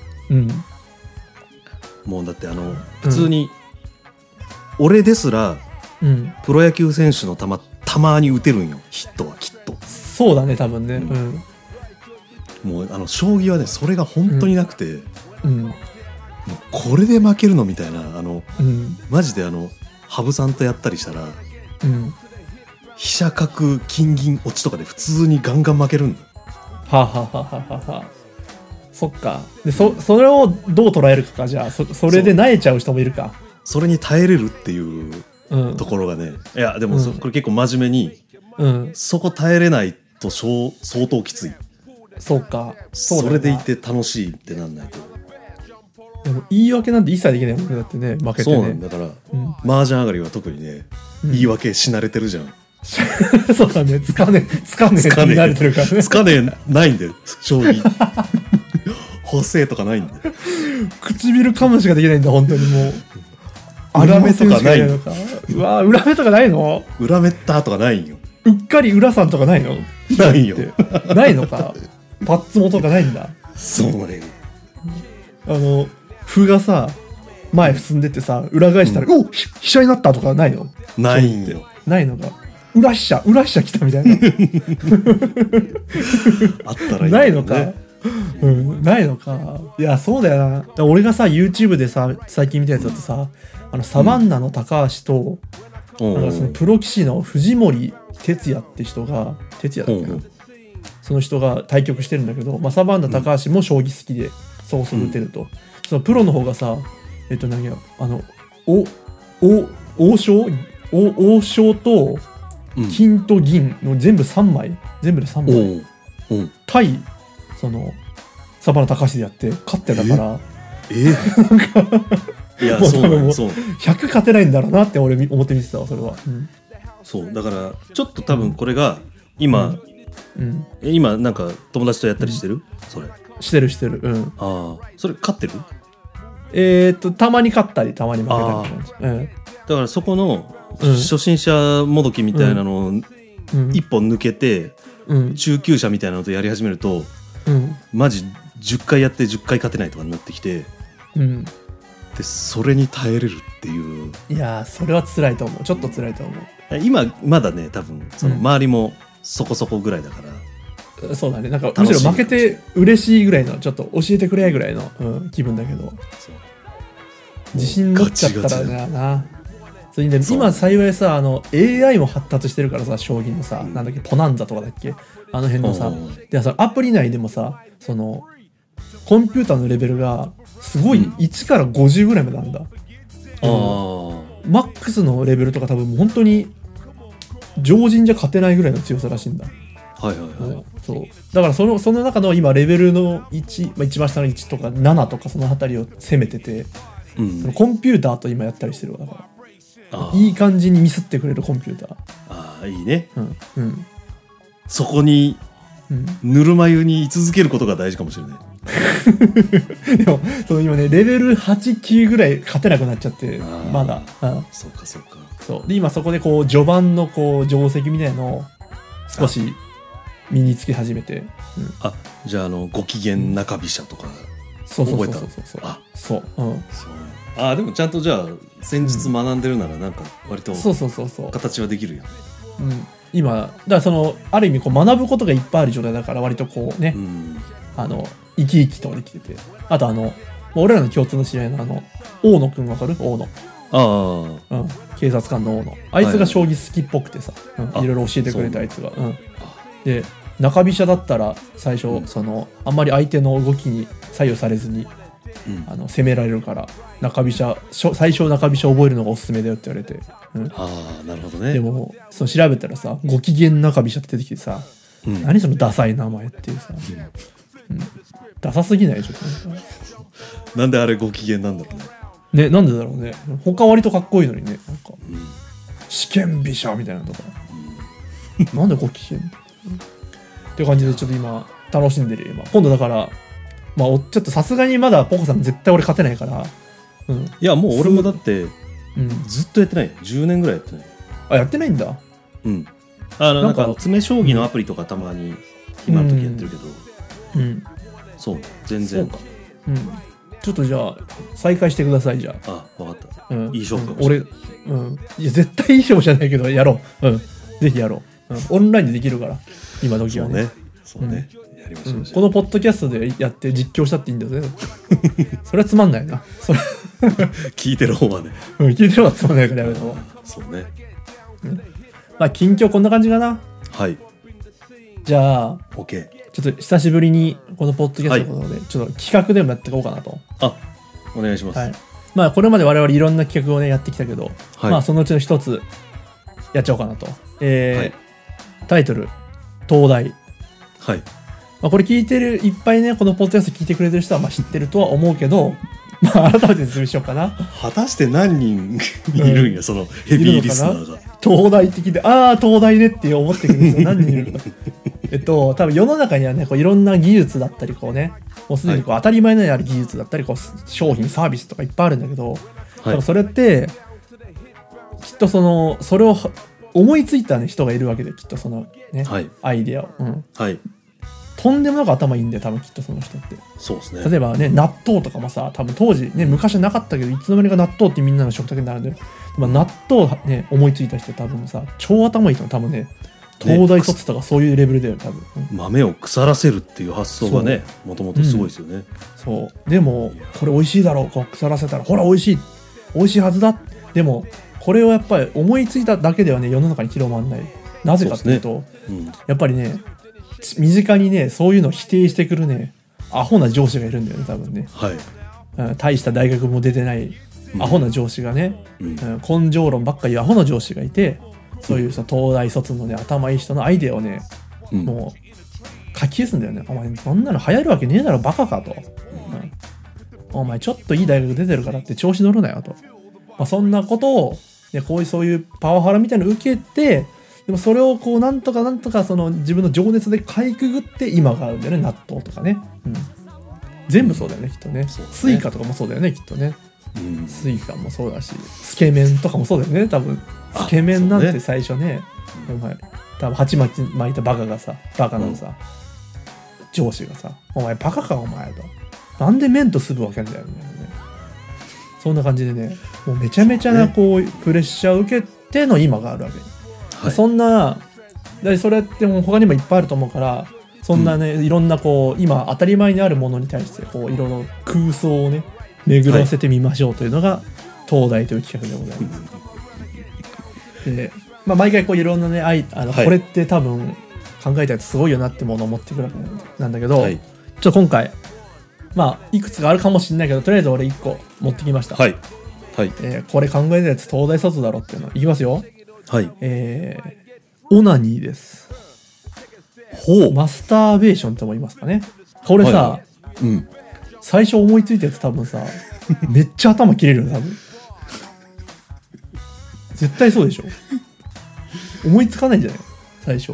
もうだって普通に、俺ですら、プロ野球選手の球たまに打てるんよヒットはきっと。 そうだね多分ね、 もう将棋はねそれが本当になくて、もうこれで負けるのみたいなマジで羽生さんとやったりしたら、飛車角金銀落ちとかで普通にガンガン負けるんだ。 そっか。でそれをどう捉えるかじゃあそれで萎えちゃう人もいるか。 それに耐えれるっていうところがね、いやでもこれ結構真面目に、そこ耐えれないと相当きつい。 そうか。 それでいて楽しいってなんないと。 でも言い訳なんて一切できないもんねだってね負けてね。 そうなんだから、麻雀上がりは特にね、言い訳し慣れてるじゃん。 そうだね、つかねえ慣れてるからね。 つかねえないんだよ将棋。補正とかないんだよ。 唇噛むしかできないんだ本当にもう。 裏目とかないのか。うわ裏目とかないの？ 裏目ったとかないんよ。 うっかり裏さんとかないの？ ないよ。 ないのか。パッツモとかないんだ。 そうね。 歩がさ前進んでってさ裏返したら、おっ飛車になったとかないの？ ないんよ。 ないのか。裏飛車来たみたいな。 あったらいい、ね。 ないのか。ないのか。いやそうだよな。俺がさ YouTube でさ最近見たやつだとさサバンナの高橋と、なんかそのプロ棋士の藤森哲也って人が哲也だっけな、その人が対局してるんだけど、サバンナ高橋も将棋好きでそうそう打てると、そのプロの方がさ何や王将と金と銀の全部3枚全部で3枚対そのサバナ高橋でやって勝ってたからなんかいやもうそうなんもうそう 100勝てないんだろうなって俺思って見てたわそれは、 そうだからちょっと多分これが今、今なんか友達とやったりしてる、それしてるああそれ勝ってるたまに勝ったりたまに負けたりって感じ、 だからそこの初心者もどきみたいなのを一本抜けて、中級者みたいなのとやり始めると、マジ10回やって10回勝てないとかになってきて、でそれに耐えれるっていう。 いやそれは辛いと思う。ちょっと辛いと思う。 今まだね多分その周りもそこそこぐらいだから、 そうだね。なんかむしろ負けて嬉しいぐらいのちょっと教えてくれぐらいの、気分だけど、自信持っちゃったらだな。それで今幸いさAI も発達してるからさ、将棋のさ、なんだっけポナンザとかだっけあの辺のさ、でさアプリ内でもさそのコンピューターのレベルがすごい1から50ぐらいまでなんだ。マックスのレベルとか多分もう本当に常人じゃ勝てないぐらいの強さらしいんだ。そうだからその中の今レベルの1、一番下の1とか7とかその辺りを攻めてて、そのコンピューターと今やったりしてるわ。だからいい感じにミスってくれるコンピューター。 いいね、そこにぬるま湯に居続けることが大事かもしれないでもその今ねレベル8、9ぐらい勝てなくなっちゃってまだ、 そうかそうで今そこでこう序盤のこう定石みたいなのを少し身につけ始めて、 じゃあご機嫌中飛車とか覚えた。そうでもちゃんとじゃあ先日学んでるならなんか割と形はできるよね。 今だからそのある意味こう学ぶことがいっぱいある状態だから割とこうね、生き生きとできてて、あと俺らの共通の知り合いの大野くんわかる？大野。警察官の大野。あいつが将棋好きっぽくてさ、いろいろ教えてくれたあいつが。で中飛車だったら最初あんまり相手の動きに左右されずに攻められるから最初中飛車覚えるのがおすすめだよって言われて、 なるほどね。 でも調べたらさご機嫌中飛車って出てきてさ、何そのダサい名前っていうさ、ダサすぎないでしょ。 なんであれご機嫌なんだろうね。なんでだろうね。他割とかっこいいのにね。なんか、試験飛車みたいなのとか、なんでご機嫌っていう感じでちょっと今楽しんでるよ。今度だからちょっとさすがにまだポコさん絶対俺勝てないから、 いやもう俺もだってずっとやってない。10年ぐらいやってない。 やってないんだ。 なんか詰将棋のアプリとかたまに暇の時やってるけど、そう全然ちょっとじゃあ再開してください。じゃあ分かった、いい勝負かもしれない。いや絶対いい勝負じゃないけどやろう。ぜひやろう。オンラインでできるから今時はね。 そうね、やりましょう。 このポッドキャストでやって実況したっていいんだよね。それはつまんないな。それ聞いてる方はね。 聞いてる方はつまんないからやめた方が。 そうね。 近況こんな感じかな。じゃあ OK。 ちょっと久しぶりにこのポッドキャストのことで、ちょっと企画でもやっていこうかなと。 お願いします。 これまで我々いろんな企画をねやってきたけど、そのうちの一つやっちゃおうかなと。タイトル東大。これ聞いてるいっぱいねこのポッドキャスト聞いてくれてる人は知ってるとは思うけど、改めて説明しようかな。 果たして何人いるんや、そのヘビーリスナーが。 東大的で東大ねって思ってくれる人何人いるのか。多分世の中にはねいろんな技術だったりもうすでに当たり前のようにある技術だったり商品サービスとかいっぱいあるんだけど、それってきっとそれを思いついた、人がいるわけで、きっとアイデアを、とんでもなく頭いいんだよ多分きっとその人って。 そうですね。 例えばね納豆とかもさ多分当時ね昔はなかったけどいつの間にか納豆ってみんなの食卓になるんで、納豆をね思いついた人多分さ超頭いい人多分ね東大卒とかそういうレベルだよ多分。 豆を腐らせるっていう発想がねもともとすごいですよね。 そうでもこれ美味しいだろう腐らせたらほら美味しいはずだ。でもこれをやっぱり思いついただけではね世の中に広まらない。なぜかっていうとやっぱりね身近にねそういうのを否定してくるねアホな上司がいるんだよね多分ね。大した大学も出てないアホな上司がね、根性論ばっかり言うアホな上司がいて、 そういうその東大卒のね頭いい人のアイデアをね、もう書き消すんだよね。お前そんなの流行るわけねえだろバカかと、お前ちょっといい大学出てるからって調子乗るなよと、そんなことを、ね、こういうそういうパワハラみたいなの受けて、でもそれをこうなんとかその自分の情熱でかいくぐって今があるんだよね。納豆とかね、全部そうだよねきっとね。スイカとかもそうだよねきっとね。スイカもそうだし、つけ麺とかもそうだよね多分。つけ麺なんて最初ね、お前多分鉢巻いたバカなさ、上司がさ、お前バカかお前と、なんで麺とスープ分けんだよみたいなね。そんな感じでね、もうめちゃめちゃなこうプレッシャーを受けての今があるわけ、そんなそれってもう他にもいっぱいあると思うから、そんなね、いろんなこう今当たり前にあるものに対してこういろいろ空想をね巡らせてみましょうというのが東大という企画でございます。で、毎回こういろんなねこれって多分考えたやつすごいよなってものを持ってくるわけなんだけど、ちょっと今回いくつかあるかもしれないけど、とりあえず俺1個持ってきました。これ考えたやつ東大卒だろっていうのいきますよ。オナニーです。マスターベーションって思いますかね。これさ、最初思いついたやつ多分さめっちゃ頭切れるよ多分。絶対そうでしょ。思いつかないんじゃない最初。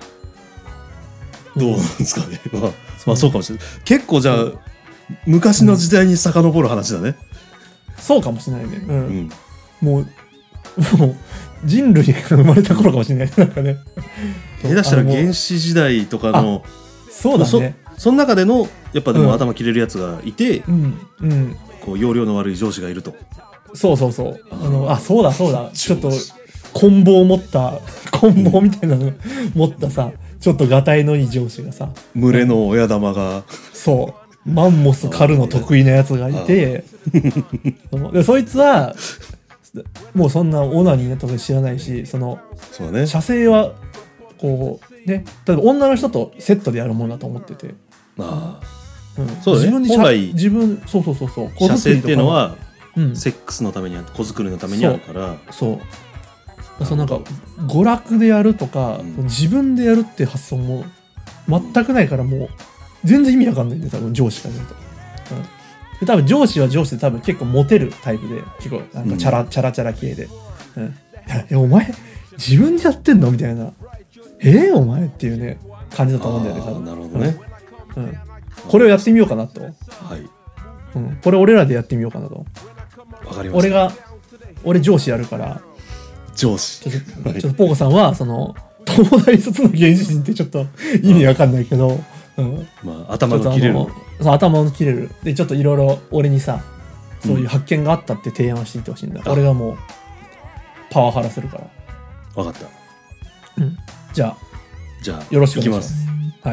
どうなんですかね。そうかもしれない。結構じゃあ昔の時代に遡る話だね。 そうかもしれないね。もう人類が生まれた頃かもしれない。なんかね。 下手したら原始時代とかの、 そうだね。 その中でのやっぱでも頭切れるやつがいて、こう容量の悪い上司がいると。そうそうだちょっと棍棒みたいなの持ったさ、ちょっとがたいのいい上司がさ、 群れの親玉がマンモス狩るの得意なやつがいてでそいつはもうそんなオナニーとか知らないし、 そうだね、 射精はこうね、例えば女の人とセットでやるものだと思ってて、 そうだね、本来射精っていうのはセックスのためにあって子作りのためにあるから、 なんか娯楽でやるとか、自分でやるって発想も全くないから、もう全然意味わかんないんだよ多分上司から言うと。で多分上司は上司で多分結構モテるタイプで、結構なんかチャラ系で、お前自分でやってんのみたいな、お前っていうね感じだと思うんだよね多分。 なるほどね。 これをやってみようかなと。これ俺らでやってみようかなと。 わかりました。 俺上司やるから。 上司。 ちょっとポーコさんは東大卒の原始人ってちょっと意味わかんないけど、 頭の切れる。 頭の切れる。でちょっといろいろ俺にさ、そういう発見があったって提案していってほしいんだ。俺がもうパワハラするから。 わかった。 じゃあよろしくお願いします。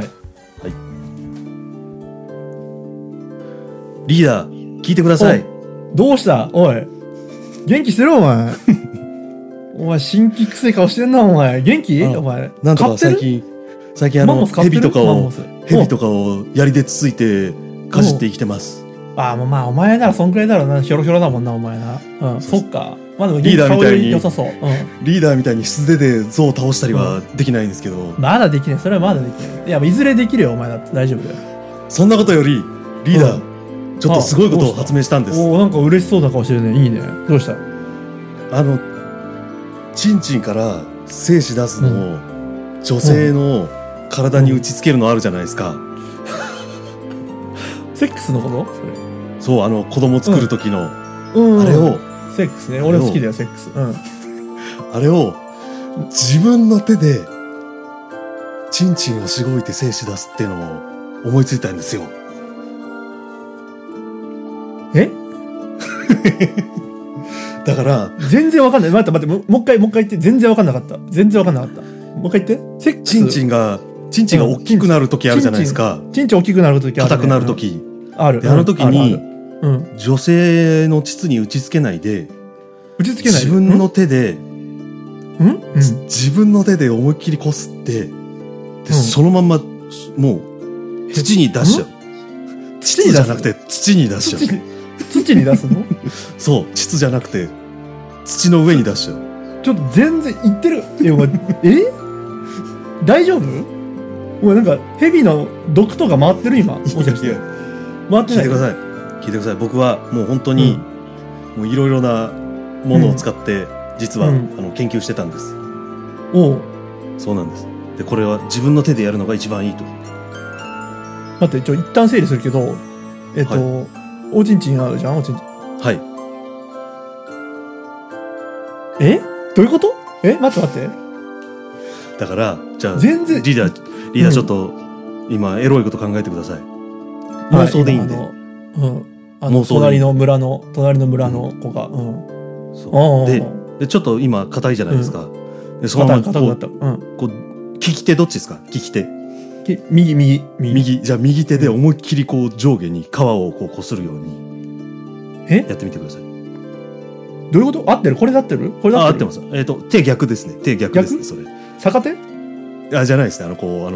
リーダー聞いてください。 どうした？おい元気してるお前。お前新規臭い顔してんなお前。元気？お前なんとか最近ヘビとかを槍でつついてかじって生きてます。 お前ならそんくらいだろうな。ひょろひょろだもんなお前な。そっか。でもリーダーみたいに良さそう。 リーダーみたいに素手で象を倒したりはできないんですけど。 まだできない。それはまだできない。いやいずれできるよお前だって大丈夫だよ。 そんなことよりリーダー、ちょっとすごいことを発明したんです。 なんか嬉しそうな顔してるね。いいね。どうした？ チンチンから精子出すのを女性の体に打ち付けるのあるじゃないですか。 セックスのこと？ そう、子供作る時の、あれをセックスね。俺好きだよセックス。 あれを自分の手でチンチンをしごいて精子出すっていうのを思いついたんですよ。だから全然わかんない。待ってもう一回言って。全然わかんなかった。もう一回言って。 チンチンが大きくなる時あるじゃないですか。 チンチン大きくなる時ある、 硬くなる時ある。 で、時に女性の膣に打ち付けないで、自分の手で自分の手で思いっきりこすって、でそのまんまもう土に出しちゃう。膣じゃなくて土に出しちゃう。 土に出すの？ そう、膣じゃなくて土の上に出しちゃう。 ちょっと全然いってる。お前大丈夫？お前なんかヘビの毒とか回ってる今。もしかして。回ってない。 聞いてください。聞いてください。僕はもう本当に、もういろいろなものを使って、実は、研究してたんです。 おう。 そうなんです。でこれは自分の手でやるのが一番いいと。 待って一旦整理するけど、おちんちんあるじゃん、おちんちん。 はい。 どういうこと？待って。 だからじゃあ全然リーダーちょっと、今エロいこと考えてください。妄想でいいんで。 妄想隣の村の子が、 そうでちょっと今硬いじゃないですか。でそのままこう利き手どっちですか？利き手。 右。 じゃあ右手で思いっきりこう上下に皮をこう擦るようにやってみてください。 どういうこと？合ってる？これで合ってる？これで合ってる？ 合ってます。手逆ですね。手逆ですね。それ逆手？ じゃないですね。なんかこ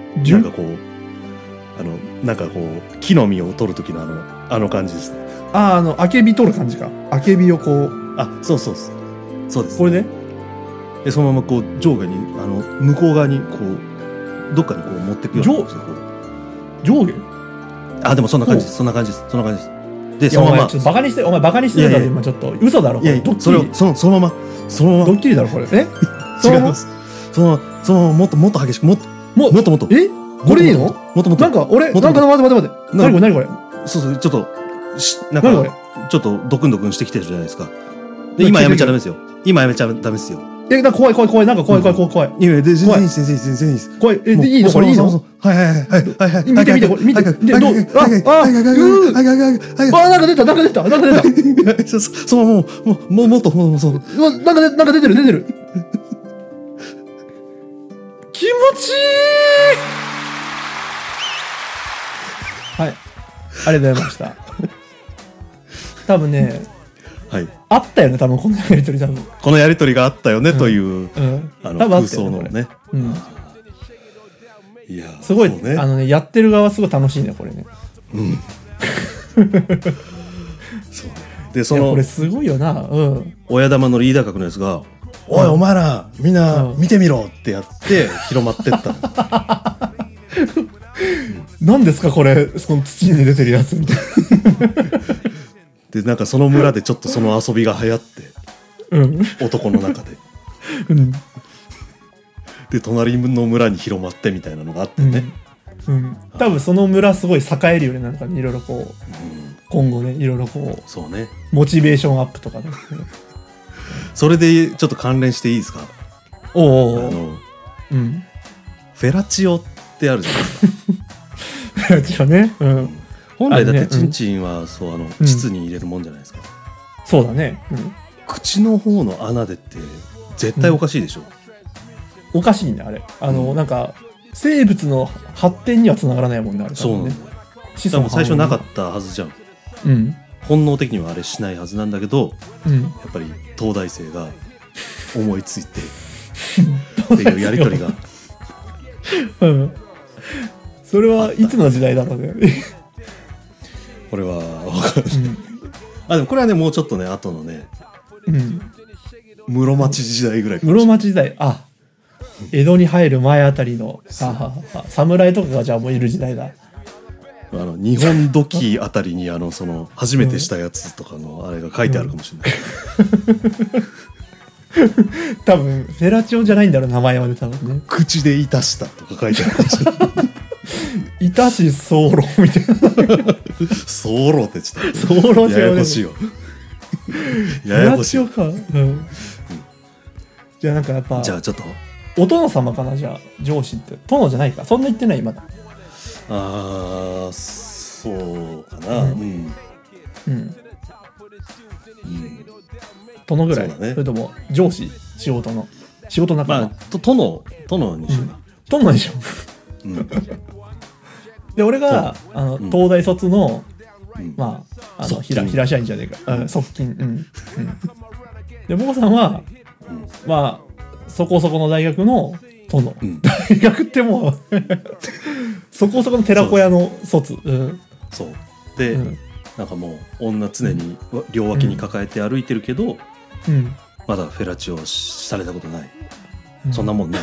うなんかこう木の実を取る時のあの感じですね。 あけび取る感じか。あけびをこう。 そうです。 これでそのままこう上下に向こう側にこうどっかにこう持っていくような感じでこう上下？ でもそんな感じです。そんな感じです。でそのままちょっとバカにしてるだろ今ちょっと嘘だろこれ。 それをそのままドッキリだろこれ。 違います。そのままもっと激しくもっとこれいいの？ もっとなんか俺なんか待って何これそうちょっとなんかちょっとドクンドクンしてきてるじゃないですか。で今やめちゃダメですよ。 なんか怖いなんか怖い。 いや全然いいです怖い。いいのこれいいの？ はい見てこれ見てどう？なんか出た。 そうもっとそうなんか出てる。気持ちいい。はい、ありがとうございました。多分ね、あったよね、多分このやりとりこのやりとりがあったよねという、空想のね。いやすごいやってる側すごい楽しいねこれね。 そうでこれすごいよな。 親玉のリーダー格のやつが「おいお前らみんな見てみろ」ってやって広まってったの。 何ですかこれ、その土に出てるやつみたいでなんかその村でちょっとその遊びが流行って、男の中で、で隣の村に広まってみたいなのがあってね、 多分その村すごい栄えるよね。なんかねいろいろこう、今後ねいろいろこうそうねモチベーションアップとかね。 それでちょっと関連していいですか？フェラチオってあるじゃないですか。 フェラチオね。 本来だってチンチンはそう膣に入れるもんじゃないですか。 そうだね。 口の方の穴でって絶対おかしいでしょ。 おかしいねあれ。なんか生物の発展にはつながらないもんねあれ。 そうなんだよ。多分最初なかったはずじゃん。本能的にはあれしないはずなんだけど、やっぱり東大生が思いついてっていうやり取りが。 それはいつの時代だろうね。 これは分かる。でもこれはねもうちょっとね後のね、室町時代ぐらい。 室町時代、江戸に入る前あたりの侍とかがじゃあもういる時代だ。 日本土器あたりにその初めてしたやつとかのあれが書いてあるかもしれない。 多分フェラチオじゃないんだろう名前はね多分ね。 口でいたしたとか書いてあるかもしれない。 いたしソーロみたいな。 ソーロってちょっとソーロややこしいよ。 ややこしいよか。じゃあなんかやっぱじゃあちょっとお殿様かな。じゃあ上司って殿じゃないか。そんな言ってないまだ。 そうかな。 殿ぐらい。それとも上司仕事仲間。 殿にしような。 殿にしよう。で俺が東大卒の平社員じゃねえか。側近。で坊さんはそこそこの大学の殿。大学ってもうそこそこの寺子屋の卒。 そうで、なんかもう女常に両脇に抱えて歩いてるけど、 まだフェラチオされたことない、そんなもんない、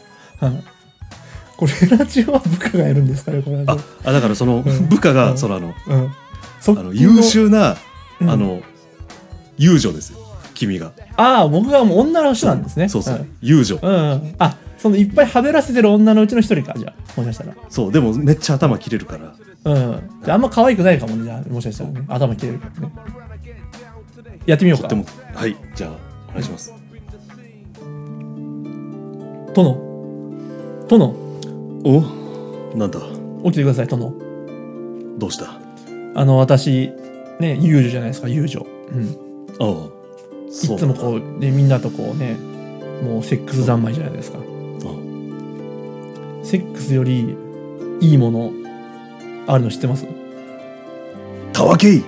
これフェラチオは部下がやるんですかねこれ。 だからその部下がその優秀な遊女ですよ君が。 僕がもう女の人なんですね。 そう、遊女。 そのいっぱいはべらせてる女のうちの一人か。じゃあもしかしたら。 そうでもめっちゃ頭切れるから。 じゃああんま可愛くないかもね。じゃあもしかしたらね頭切れるからね。やってみようか。 とってもはいじゃあお願いします。 殿。 おなんだ。 起きてください殿。 どうした。 私ね遊女じゃないですか遊女。いつもこうねみんなとこうねもうセックス三昧じゃないですか。セックスよりいいものあるの知ってます？ たわけい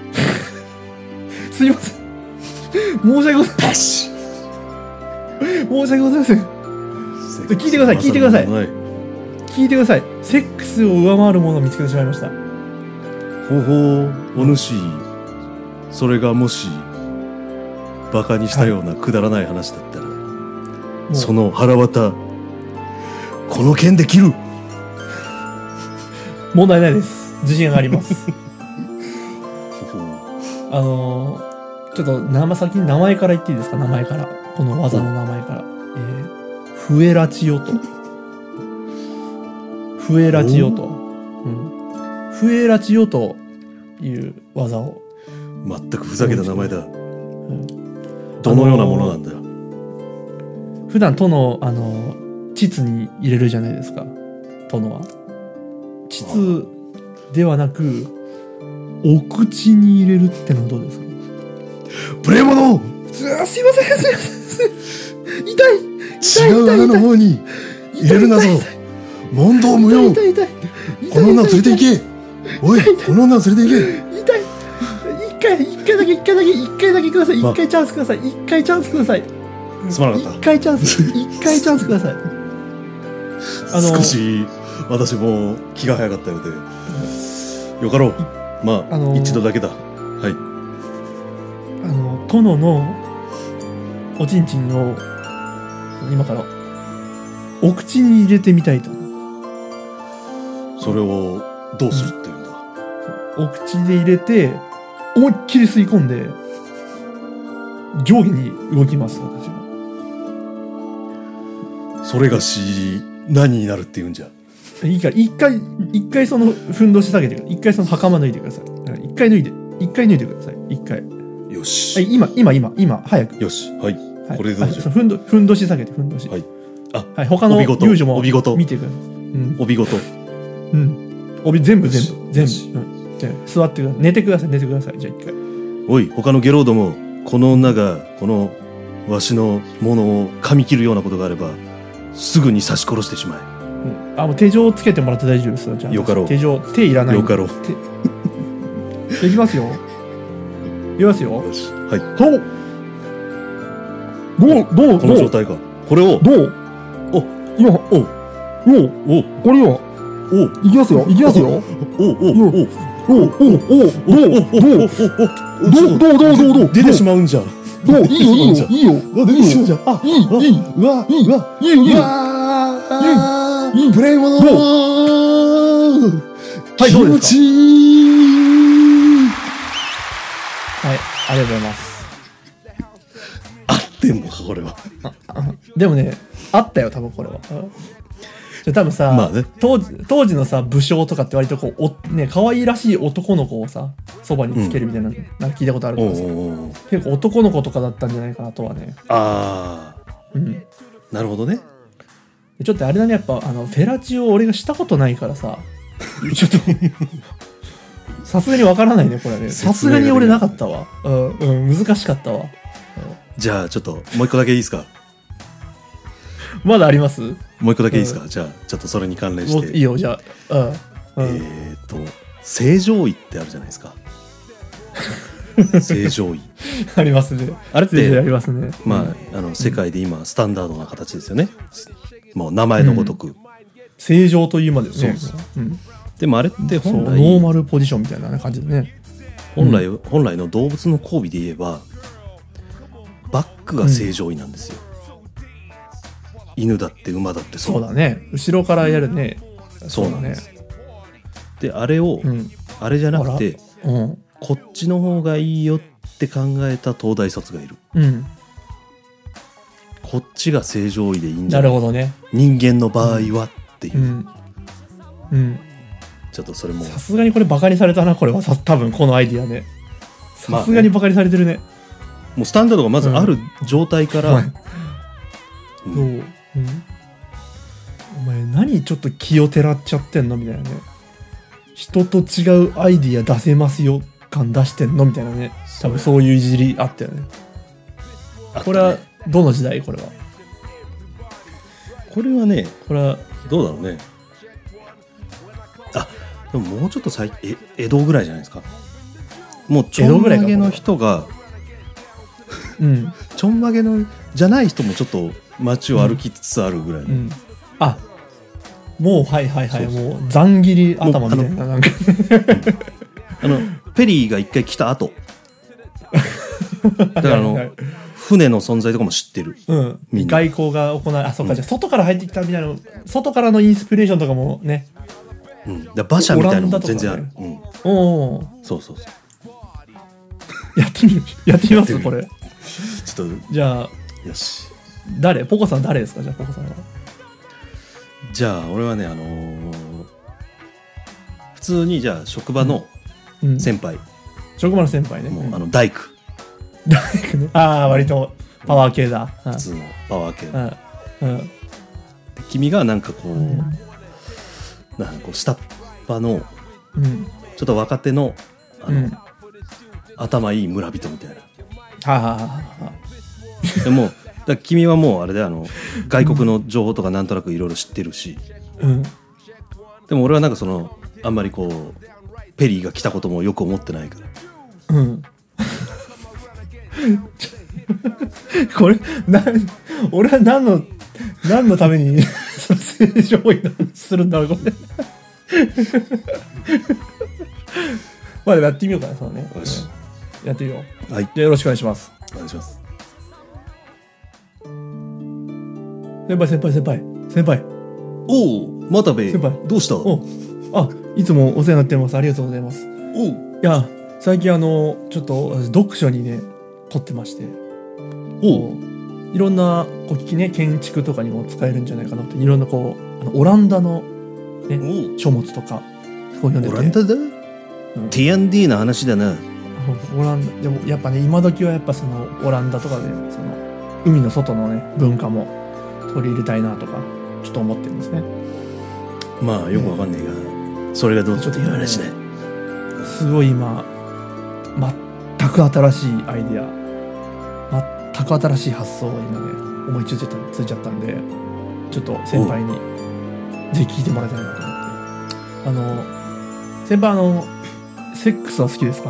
すいません申し訳ございません。申し訳ございません。聞いてください聞いてください聞いてください。セックスを上回るものを見つけてしまいました。 ほほお主それがもしバカにしたようなくだらない話だったら、その腹渡この剣で切る。 問題ないです。自信がありますちょっと先に名前から言っていいですか。名前からこの技の名前から、フエラチオとフエラチオという技を。 全くふざけた名前だ。どのようなものなんだよ。 普段殿膣に入れるじゃないですか。殿は膣ではなくお口に入れるってのはどうですか。 無礼者。 すいません痛い違う穴の方に入れるなぞ。問答無用。この女を連れて行け。おいこの女を連れて行け。一回だけください。一回チャンスください。一回チャンスください。 すまなかった。 一回チャンスください。 少し私も気が早かったようで、よかろう。一度だけだ。はい。 殿のおちんちんを今からお口に入れてみたいと。 それをどうするっていうんだ。 お口で入れて思いっきり吸い込んで上下に動きます。私は。 それがし何になるっていうんじゃ。 いいから一回そのふんどし下げてください。一回その袴脱いでください。一回脱いでください。一回。 よし。 今早く。 よし。はい。これでどうしよう。 ふんどし下げてふんどし。 はい。 他の遊女も見てください。 帯ごと。 帯全部。じゃあ座ってください。寝てください。じゃあ一回。 おい他のゲローども、この女がこのわしのものを噛み切るようなことがあればすぐに刺し殺してしまえ。 もう手錠をつけてもらって大丈夫ですよ。じゃあよかろう。 手いらない。 よかろう。 いきますよ。よし。 はい。 どうこの状態か。これをどう今これをいきますよ。どう出てしまうんじゃ。 いいよ。 出てしまうんじゃ。うわプレイモノ。 はい、どうですか。はい、ありがとうございます。 合ってんのかこれは。 でもね、あったよ多分これは。多分さ、当時のさ武将とかって割とこう可愛らしい男の子をさそばにつけるみたいな、なんか聞いたことあるからさ、結構男の子とかだったんじゃないかなとはね。 なるほどね。 ちょっとあれだね、やっぱフェラチオ俺がしたことないからさちょっとさすがにわからないねこれね。さすがに俺なかったわ。難しかったわ。 じゃあちょっともう一個だけいいですか。 まだあります？ もう一個だけいいですか。じゃあちょっとそれに関連していいよ。じゃあ正常位ってあるじゃないですか。正常位ありますね。 あれってありますね。 世界で今スタンダードな形ですよね。もう名前のごとく正常というまでね。 でもあれって本来ノーマルポジションみたいな感じでね。 本来の動物の交尾で言えばバックが正常位なんですよ、犬だって馬だってそうだね。後ろからやるね。 そうなんです。であれを、あれじゃなくて、こっちの方がいいよって考えた東大卒がいる、こっちが正常位でいいんじゃない、なるほどね、人間の場合はっていう、ちょっとそれもさすがにこれバカにされたな。これは多分このアイディアね、さすがにバカにされてるね。 もうスタンダードがまずある状態から、 お前何ちょっと気をてらっちゃってんのみたいなね。人と違うアイディア出せますよ感出してんのみたいなね。多分そういういじりあったよね。これはどの時代？これはね、これはどうだろうね。あ、でももうちょっと江戸ぐらいじゃないですか。もうちょんまげの人がちょんまげのじゃない人もちょっと街を歩きつつあるぐらいの、 あ、もうはいはいはい、もうざん切り頭みたいな、なんかペリーが一回来た後だから船の存在とかも知ってる、 みんな外交が行われ、あ、そうか、じゃあ外から入ってきたみたいな、外からのインスピレーションとかもね、 だ馬車みたいなのも全然ある、そうやってみますこれ。 ちょっとじゃあよし、 ポコさん誰ですか？じゃあポコさんは。 じゃあ俺はね、普通にじゃあ職場の先輩、 職場の先輩ね、 もう大工ね、ああ割とパワー系だ、 普通のパワー系だ、君がなんかこう、なんかこう下っ端の、ちょっと若手の頭いい村人みたいな、でもだ君はもうあれで外国の情報とかなんとなくいろいろ知ってるし、でも俺はなんかあんまりこうペリーが来たこともよく思ってないから、 これ俺は何のために正常位するんだろうこれまあでもやってみようかな。そうね、やってみよう。はい、よろしくお願いします。 お願いします。 先輩。 おお、又部先輩、どうした？ あ、いつもお世話になってます。ありがとうございます。いや、最近ちょっと読書にね凝ってまして、いろんな建築とかにも使えるんじゃないかなと、いろんなオランダのね書物とかこう読んでて。 オランダだ？T&D の話だな。 オランダでもやっぱね、今時はやっぱオランダとかで海の外のね文化も取り入れたいなとかちょっと思ってるんですね。 まあよくわかんないが、それがどうちょっという話ね。 すごい今全く新しいアイデア、全く新しい発想が今ね思いついちゃったんで、ちょっと先輩にぜひ聞いてもらいたいなと思って。先輩セックスは好きですか？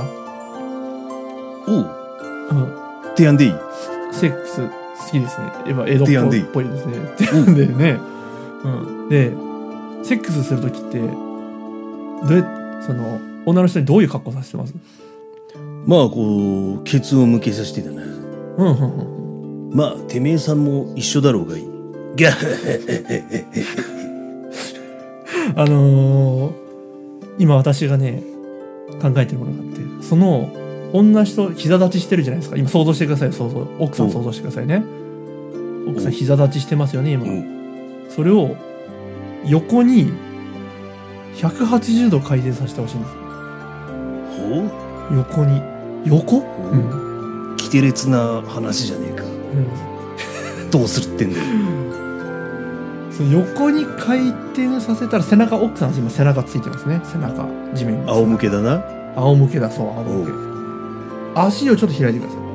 T&D セックス好きですね。やっぱ江戸っぽいですね。でね、でセックスするときって女の人にどういう格好させてます？ まあこうケツを向けさせてだな。まあてめえさんも一緒だろうがいい。ギャ今私がね考えてるものがあって、女人膝立ちしてるじゃないですか。今想像してください。奥さん想像してくださいね。奥さん膝立ちしてますよね今。それを横に180度回転させてほしいんですよ。横にキテレツな話じゃねえか。どうするってんだよ。 横に回転させたら奥さん今背中ついてますね。背中地面に。 仰向けだな。 仰向けだ。そう、仰向け。足をちょっと開いてください。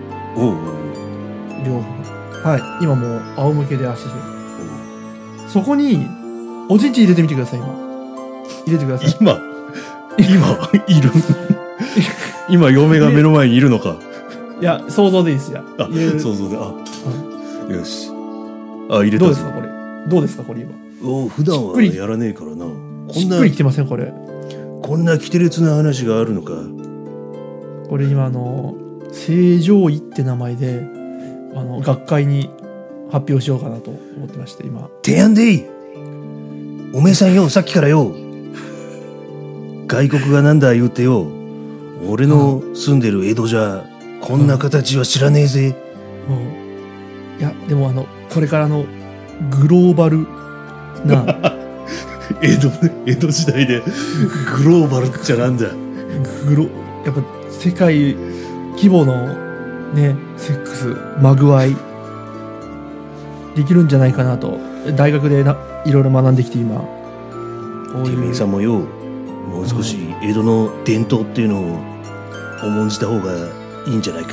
両方。はい、今もう仰向けで足開いて。そこにおちんち入れてみてください。入れてください。 今いる今嫁が目の前にいるのか。 いや想像でいいですよ。 想像で。よし。入れた。 どうですかこれ今。 普段はやらねえからな。 しっくりきてませんこれ。 こんなキテレツな話があるのか。 これ今正常位って名前で学会に発表しようかなと思ってまして今。 提案でいい。おめえさんよ、さっきからよ、外国がなんだ言うてよ、俺の住んでる江戸じゃこんな形は知らねえぜ。 いやでもこれからグローバルな江戸時代でグローバルっちゃなんだ。 やっぱ世界規模のねセックスまぐわいできるんじゃないかなと大学でいろいろ学んできて今。 てめえさんもよ、もう少し江戸の伝統っていうのを重んじた方がいいんじゃないか。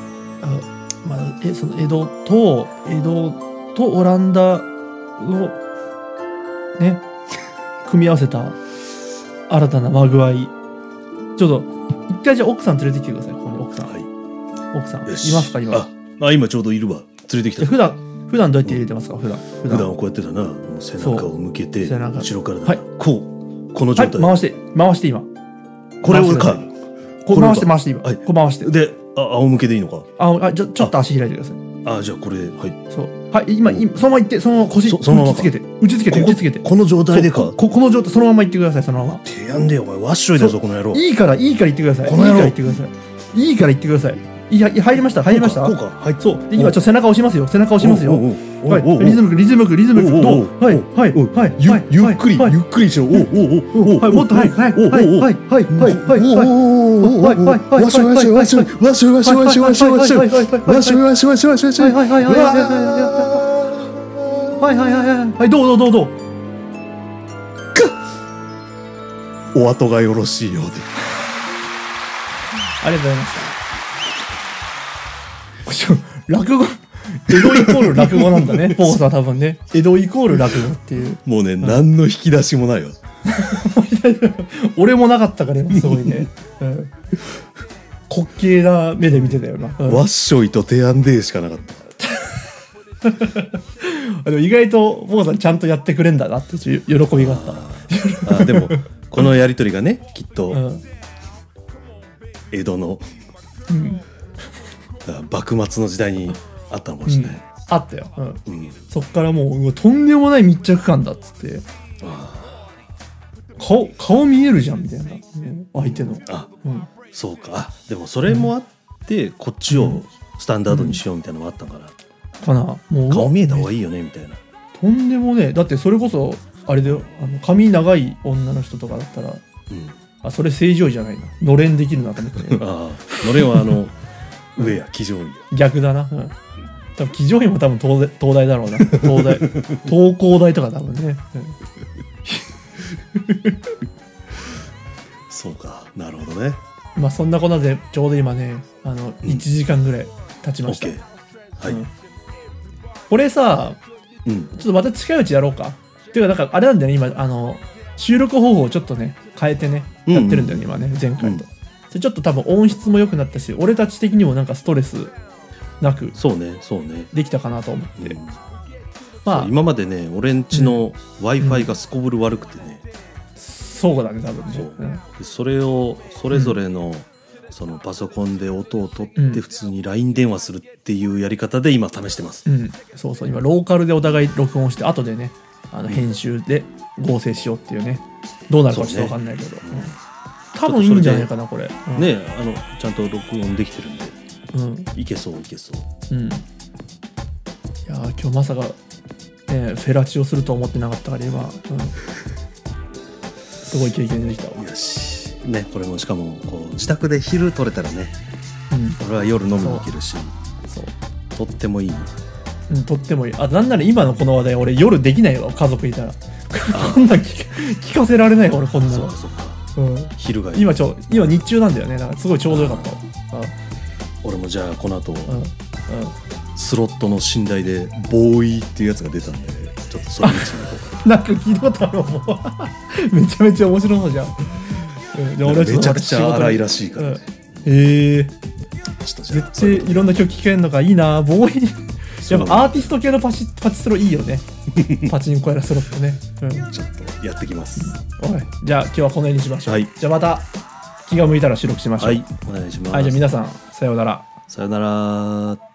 その江戸とオランダをね組み合わせた新たなまぐわい。ちょっと一回じゃあ奥さん連れてきてください。ここに奥さん、はい、奥さんいますか今。 今ちょうどいるわ。連れてきた。 普段どうやって入れてますか。普段はこうやってだな。もう背中を向けて後ろからだ、 はい、 この状態、 はい、回して今これをかこう回して今、はい、こう回してで仰向けでいいのか。 ちょっと足開いてください。 じゃあこれはいそうはい今そのまま行ってそのまま腰打ちつけてこの状態でか。 この状態そのまま行ってください。そのまま提案でよお前わっしょいだぞこの野郎。いいから言ってください。いいから言ってください。入りましたこうかはい。そう今ちょっと背中押しますよ。はいリズムくどうはいゆっくりしろ。はいもっとはいわしょはいどうお後がよろしいようで。 ありがとうございました。落語江戸イコール落語なんだね。ポーさん多分ね江戸イコール落語っていうもうね、何の引き出しもないわ。 俺もなかったからすごいね、滑稽な目で見てたよな、 わっしょいと提案でしかなかったでも意外とポーさんちゃんとやってくれんだなって喜びがあった。 でもこのやりとりがねきっと、江戸の、幕末の時代にあったのかもしれない、 あったよ、そっからもうとんでもない密着感だっつって顔見えるじゃんみたいな、相手のそうか。でもそれもあって、こっちをスタンダードにしようみたいなのがあったから、もう顔見えた方がいいよねみたいな。 とんでもねだってそれこそあれだよ髪長い女の人とかだったら、それ正常位じゃないなのれんできるなと思ってね。 のれんは上や騎乗位逆だな、多分騎乗位も多分東大だろうな。東工大とか多分ね、 そうかなるほどね。 そんなことでちょうど今ね1時間ぐらい経ちました。 はい、 これさ、ちょっとまた近いうちやろうか。っていうかなんかあれなんだよね今収録方法をちょっとね変えてねやってるんだよね今ね前回と。ちょっと多分音質も良くなったし俺たち的にもなんかストレスなくできたかなと思って、 今までね俺んちの Wi-Fi がすこぶる悪くてね、 そうだね多分ね。 それをそれぞれのそのパソコンで音を取って普通に LINE 電話するっていうやり方で今試してます。 そう今ローカルでお互い録音して後でね編集で合成しようっていうね。どうなるかちょっと分かんないけど、多分いいんじゃないかなこれ。 ねちゃんと録音できてるんで、いけそう。いや今日まさか、フェラチオすると思ってなかったから今、すごい経験できたわ。 よしね、これもしかもこう自宅で昼撮れたらね、これは夜飲みに行けるし、とってもいい。 とってもいい。なんなら今のこの話題俺夜できないわ家族いたら。こんな聞かせられない俺こんなの。 そうか。昼がいい。 今日中なんだよね。だからすごいちょうどよかったわ。 俺もじゃあこの後、スロットの寝台でボーイっていうやつが出たんでちょっとそれ見てみよう。なんか聞いたことあるもうめちゃめちゃ面白そうじゃん。 めちゃくちゃ荒いらしいから。 絶対いろんな曲聴けるのがいいな。ボーイやっぱアーティスト系のパチスロいいよね。パチンコやらスロットね、 ちょっとやってきます。 じゃあ今日はこの辺にしましょう、じゃあまた気が向いたら収録しましょう。 お願いします。 じゃあ皆さんさようなら。 さようなら。